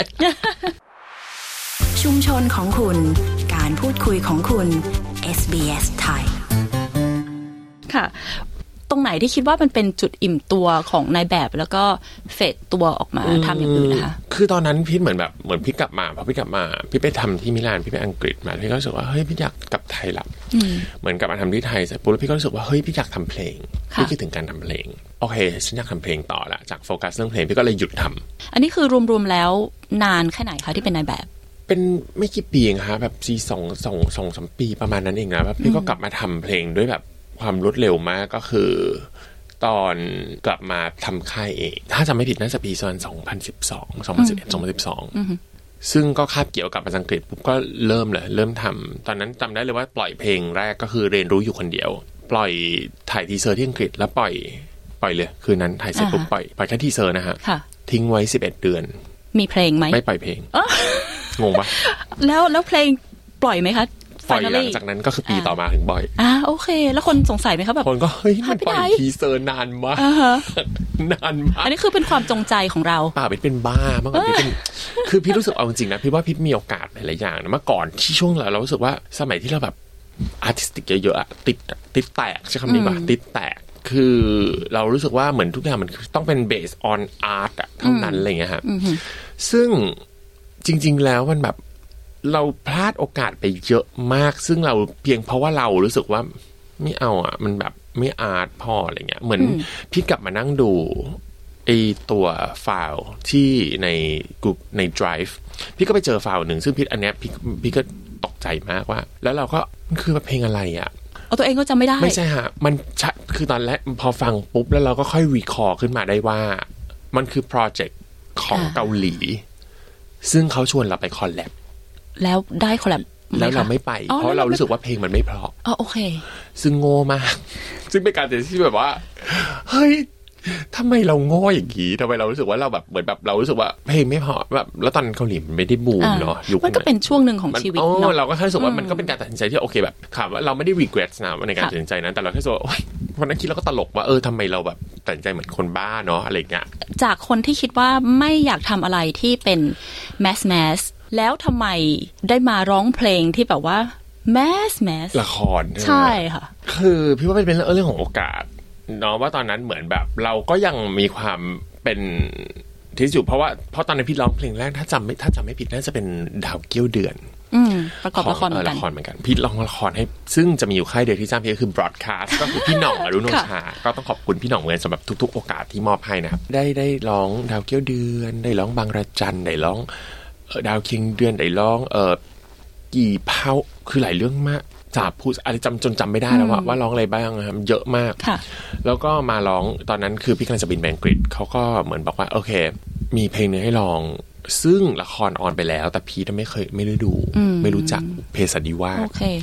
ชุมชนของคุณการพูดคุยของคุณ เอส บี เอส ไทยค่ะตรงไหนที่คิดว่ามันเป็นจุดอิ่มตัวของนายแบบแล้วก็เฟดตัวออกมาทำอย่างอื่นนะคะคือตอนนั้นพี่เหมือนแบบเหมือนพี่กลับมาพอพี่กลับมาพี่ไปทำที่มิลานพี่ไปอังกฤษมาพี่ก็รู้สึกว่าเฮ้ยพี่อยากกลับไทยละเหมือนกลับมาทำที่ไทยเสร็จปุ๊บแล้วพี่ก็รู้สึกว่าเฮ้ยพี่อยากทำเพลงพี่คิดถึงการทำเพลงโอเคฉันอยากทำเพลงต่อละจากโฟกัสเรื่องเพลงพี่ก็เลยหยุดทำอันนี้คือรวมๆแล้วนานแค่ไหนคะที่เป็นนายแบบเป็นไม่กี่ปีเองคะแบบสี่สองสองสองสามปีประมาณนั้นเองนะแบบพี่ก็กลับมาทำเพลงด้วยแบบความรวดเร็วมากก็คือตอนกลับมาทำค่ายเองถ้าจำไม่ผิดน่าจะปีสองพันสิบสอง สองพันสิบเอ็ด สองพันสิบสองซึ่งก็คาบเกี่ยวกับภาษาอังกฤษปุ๊บก็เริ่มเลยเริ่มทำตอนนั้นจำได้เลยว่าปล่อยเพลงแรกก็คือเรียนรู้อยู่คนเดียวปล่อยถ่ายทีเซอร์ที่อังกฤษแล้วปล่อยปล่อยเลยคืนนั้นถ่ายเสร็จปุ๊บปล่อยปล่อยแค่ทีเซอร์นะฮะทิ้งไว้สิบเอ็ดเดือนมีเพลงไหมไม่ปล่อยเพลงงงปะแล้วแล้วเพลงปล่อยไหมคะปล่อยหลังจากนั้นก็คือปีต่อมาถึงบ่อยอ่าโอเคแล้วคนสงสัยไหมครับแบบคนก็เฮ้ยมันปล่อยทีเซอร์นานมากนานมากอันนี้คือเป็นความจงใจของเราป่าเป็นเป็นบ้ามากกว่าเป็นคือพี่รู้สึกเอาจริงๆนะพี่ว่าพี่มีโอกาสหลายอย่างนะเมื่อก่อนที่ช่วงเราเรารู้สึกว่าสมัยที่เราแบบอาร์ติสติกเยอะๆติดติดแตกใช้คำนี้ป่ะติดแตกคือเรารู้สึกว่าเหมือนทุกอย่างมันต้องเป็น based on art อะเท่านั้นอะไรเงี้ยครับซึ่งจริงๆแล้วมันแบบเราพลาดโอกาสไปเยอะมากซึ่งเราเพียงเพราะว่าเรารู้สึกว่าไม่เอาอ่ะมันแบบไม่อาร์ตพออะไรเงี้ยเหมือนพี่กลับมานั่งดูไอตัวไฟล์ที่ในกลุ่มใน Drive พี่ก็ไปเจอไฟล์หนึ่งซึ่งพี่อันเนี้ยพี่พี่ก็ตกใจมากว่าแล้วเราก็มันคือเพลงอะไรอ่ะเอาตัวเองก็จำไม่ได้ไม่ใช่ฮะมันคือตอนแรกพอฟังปุ๊บแล้วเราก็ค่อยรีคอร์ขึ้นมาได้ว่ามันคือโปรเจกต์ของเกาหลีซึ่งเขาชวนเราไปคอลแลบแล้วได้คอลแลบแล้วเราไม่ไปเพราะเรารู้สึกว่าเพลงมันไม่เพราะอ๋อโอเคซึ่งโง่มากซึ่งเป็นการตัดสินใจที่แบบว่าเฮ้ยทำไมเราโง่อย่างนี้ทำไมเรารู้สึกว่าเราแบบเหมือนแบบเรารู้สึกว่าเพลงไม่เพราะแบบแล้วตอนเกาหลีมันไม่ได้บูมเนาะยุคนั้นมันก็เป็นช่วงหนึ่งของชีวิตเนาะเราก็แค่รู้สึกว่ามันก็เป็นการตัดสินใจที่โอเคแบบถามว่าเราไม่ได้ regret นะในการตัดสินใจนั้นแต่เราแค่รู้สึกว่าวันนั้นคิดแล้วก็ตลกว่าเออทำไมเราแบบตัดสินใจเหมือนคนบ้าเนาะอะไรเงี้ยจากคนที่คิดว่าไม่อยากทำอะไรที่เป็น mass massแล้วทำไมได้มาร้องเพลงที่แบบว่าแมสแมสละครใช่ค่ะคือพี่ว่าเป็นเรื่องของโอกาสเนาะว่าตอนนั้นเหมือนแบบเราก็ยังมีความเป็นที่สุดเพราะว่าเพราะตอนนั้นพี่ร้องเพลงแรกถ้าจำไม่ถ้าจำไม่ผิดน่าจะเป็นดาวเกี้ยวเดือนประกอบละครเหมือนกันละครเหมือนกันพี่ร้องละครให้ซึ่งจะมีอยู่ค่ายเดียวที่จ้างพี่ก็คือ broadcast ก็คือพี่หน่องอรุณโนชาก็ต้องขอบคุณพี่หน่องเหมือนสำหรับทุกๆโอกาสที่มอบให้นะครับได้ได้ร้องดาวเกี้ยวเดือนได้ร้องบางระจันได้ร้องดาวเคียงเดือนได้ร้องเออกี่เผาคือหลายเรื่องมากจับพูดอะไรจำจนจำไม่ได้แล้วว่าว่าร้องอะไรบ้างนะครับเยอะมากแล้วก็มาร้องตอนนั้นคือพี่กำลังจะบินไปอังกฤษเขาก็เหมือนบอกว่าโอเคมีเพลงนึงให้ร้องซึ่งละครออนไปแล้วแต่พีทไม่เคยไม่ได้ดูไม่รู้จักเพสันนิวาส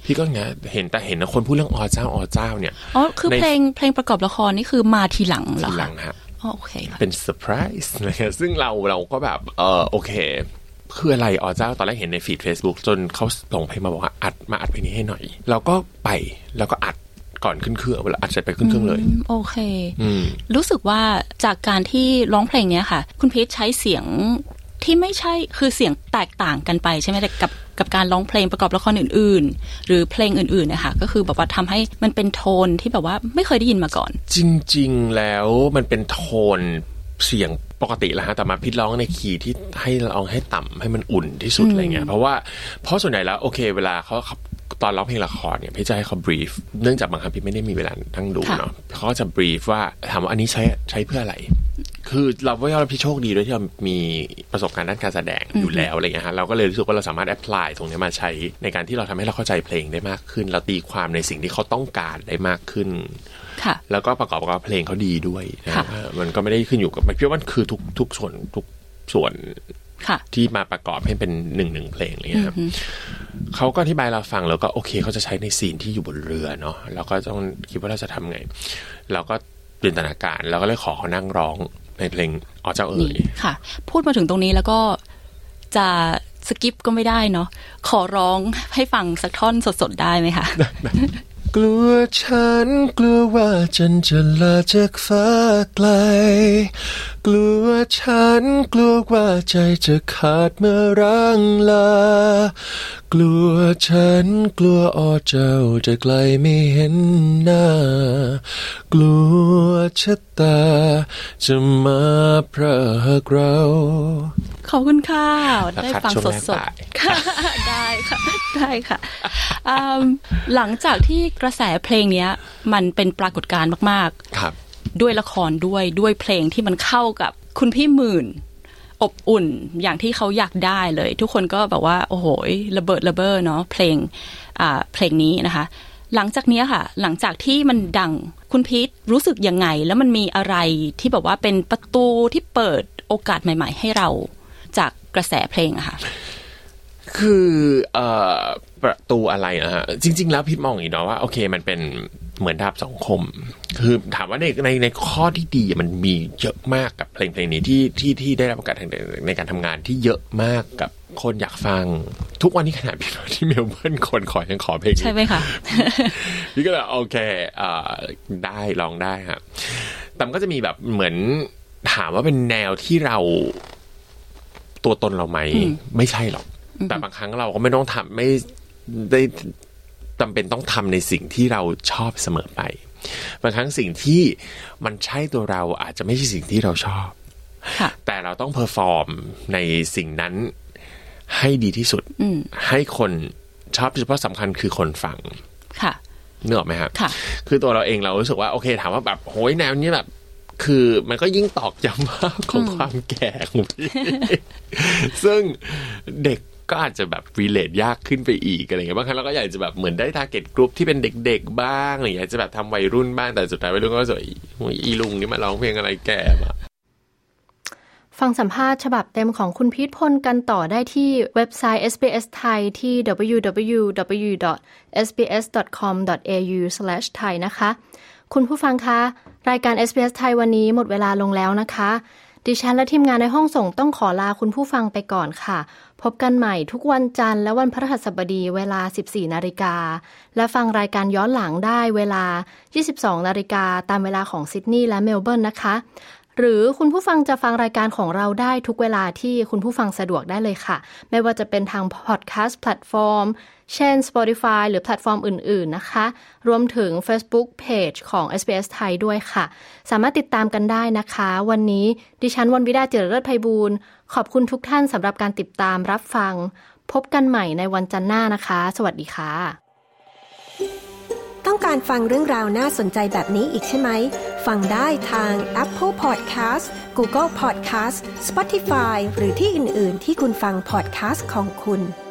พี่ก็เงี้ยเห็นแต่เห็นนะคนพูดเรื่องอ๋อเจ้าอ๋อเจ้าเนี่ยอ๋อคือเพลงเพลงประกอบละครนี่คือมาทีหลังเหรอคะทีหลังฮะโอเคเป็นเซอร์ไพรส์นะซึ่งเราเราก็แบบเออโอเคคืออะไรอ๋อเจ้าตอนแรกเห็นในฟีด Facebook จนเขาส่งเพลงมาบอกว่าอัดมาอัดเพลงนี้ให้หน่อยเราก็ไปแล้วก็อัดก่อนขึ้นเครื่องเวลาอัดเสร็จไปขึ้นเครื่องเลยโอเครู้สึกว่าจากการที่ร้องเพลงนี้ค่ะคุณพีชใช้เสียงที่ไม่ใช่คือเสียงแตกต่างกันไปใช่ไหมแต่กับกับการร้องเพลงประกอบละครอื่นๆหรือเพลงอื่นๆนะคะก็คือแบบว่าทำให้มันเป็นโทนที่แบบว่าไม่เคยได้ยินมาก่อนจริงๆแล้วมันเป็นโทนเสียงปกติแล้วฮะแต่มาพิดร้องในคีย์ที่ให้ร้องให้ต่ำให้มันอุ่นที่สุดอะไรเงี้ยเพราะว่าเพราะส่วนใหญ่แล้วโอเคเวลาเขาตอนร้องเพลงละครเนี่ยพี่จะให้เขาบรีฟเนื่องจากบางครั้งพี่ไม่ได้มีเวลาทั้งดูเนาะเขาก็จะบรีฟว่าถามว่าอันนี้ใช้ใช้เพื่ออะไรคือเราว่าเราพี่โชคดีด้วยที่เรามีประสบการณ์ด้านการแสดงอยู่แล้วอะไรเงี้ยฮะเราก็เลยรู้สึกว่าเราสามารถแอพพลายตรงนี้มาใช้ในการที่เราทำให้เราเข้าใจเพลงได้มากขึ้นเราตีความในสิ่งที่เขาต้องการได้มากขึ้นแล้วก็ประกอบกับเพลงเขาดีด้วยนะมันก็ไม่ได้ขึ้นอยู่กับพี่ว่ามันคือทุกทุกส่วนทุกส่วนที่มาประกอบให้เป็นหนึ่งหนึ่งเพลงอะไรเงี้ยครับเขาก็อธิบายเราฟังแล้วก็โอเคเขาจะใช้ในซีนที่อยู่บนเรือเนาะเราก็ต้องคิดว่าเราจะทำไงเราก็จินตนาการแล้วก็เลยขอเขานั่งร้องในเพลงอ๋อเจ้าเอ๋ยค่ะพูดมาถึงตรงนี้แล้วก็จะสกิปก็ไม่ได้เนาะขอร้องให้ฟังสักท่อนสดๆได้ไหมคะกลัวฉันกลัวว่าจันจะลาจากฟ้าไกลกลัวฉันกลัวว่าใจจะขาดเมื่อร่างลากลัวฉันกลัวอ๋อเจ้าจะไกลไม่เห็นหน้ากลัวชะตาจะมาพรากเราขอบคุณค่ะได้ฟังสดๆค่ะได้ค่ะได้ค่ะหลังจากที่กระแสเพลงนี้มันเป็นปรากฏการณ์มากๆครับด้วยละครด้วยด้วยเพลงที่มันเข้ากับคุณพี่หมื่นอบอุ่นอย่างที่เขาอยากได้เลยทุกคนก็แบบว่าโอ้โหระเบิดระเบ้อเนาะเพลงอ่าเพลงนี้นะคะหลังจากนี้ค่ะหลังจากที่มันดังคุณพีทรู้สึกยังไงแล้วมันมีอะไรที่แบบว่าเป็นประตูที่เปิดโอกาสใหม่ๆให้เราจากกระแสเพลงอะค่ะคือเอ่อประตูอะไรนะฮะจริงๆแล้วพีทมองอย่างนี้เนาะว่าโอเคมันเป็นเหมือนดาบสองคมคือถามว่าในในในข้อที่ดีมันมีเยอะมากกับเพลงเพลงนี้ที่ที่ที่ได้รับโอกาสในการทำงานที่เยอะมากกับคนอยากฟังทุกวันนี้ขนาดพี่ที่เมลเบิร์นคนขอยังขอเพลงใช่ไหมคะพี่ก็เลยโอเคอ่าได้ลองได้ฮะแต่มันก็จะมีแบบเหมือนถามว่าเป็นแนวที่เราตัวตนเราไหมไม่ใช่หรอกแต่บางครั้งเราก็ไม่ต้องทำไม่ได้จำเป็นต้องทำในสิ่งที่เราชอบเสมอไปบางครั้งสิ่งที่มันใช่ตัวเราอาจจะไม่ใช่สิ่งที่เราชอบแต่เราต้องเพอร์ฟอร์มในสิ่งนั้นให้ดีที่สุดให้คนชอบเฉพาะสำคัญคือคนฟังนึกออกไหมครับคือตัวเราเองเรารู้สึกว่าโอเคถามว่าแบบโหยแนวนี้แบบคือมันก็ยิ่งตอกย้ำมากของความแก่ของพี่ซึ่งเด็กก็อาจจะแบบรีเลทยากขึ้นไปอีกอะไรเงี้ยบางครั้งเราก็อยากจะแบบเหมือนได้ทาร์เก็ตกลุ่มที่เป็นเด็กๆบ้างอะไรอย่างเงี้ยจะแบบทำวัยรุ่นบ้างแต่สุดท้ายวัยรุ่นก็สวยอีลุงนี่มาร้องเพลงอะไรแก่มาฟังสัมภาษณ์ฉบับเต็มของคุณพีทพลกันต่อได้ที่เว็บไซต์ เอส บี เอส ไทยที่ ดับเบิลยู ดับเบิลยู ดับเบิลยู ดอท เอส บี เอส ดอท คอม ดอท เอ ยู สแลช ไทย นะคะคุณผู้ฟังคะรายการ เอส บี เอส ไทยวันนี้หมดเวลาลงแล้วนะคะดิฉันและทีมงานในห้องส่งต้องขอลาคุณผู้ฟังไปก่อนค่ะพบกันใหม่ทุกวันจันทร์และวันพฤหัสบดีเวลา สิบสี่นาฬิกาและฟังรายการย้อนหลังได้เวลา ยี่สิบสองนาฬิกาตามเวลาของซิดนีย์และเมลเบิร์นนะคะหรือคุณผู้ฟังจะฟังรายการของเราได้ทุกเวลาที่คุณผู้ฟังสะดวกได้เลยค่ะไม่ว่าจะเป็นทางพอดแคสต์แพลตฟอร์มเช่น Spotify หรือแพลตฟอร์มอื่นๆนะคะรวมถึง Facebook Page ของ เอส บี เอส ไทยด้วยค่ะสามารถติดตามกันได้นะคะวันนี้ดิฉันวรรณวิดา เจริญเลิศไพบูลย์ขอบคุณทุกท่านสำหรับการติดตามรับฟังพบกันใหม่ในวันจันทร์หน้านะคะสวัสดีค่ะต้องการฟังเรื่องราวน่าสนใจแบบนี้อีกใช่ไหมฟังได้ทาง Apple Podcast Google Podcast Spotify หรือที่อื่นๆที่คุณฟัง podcast ของคุณ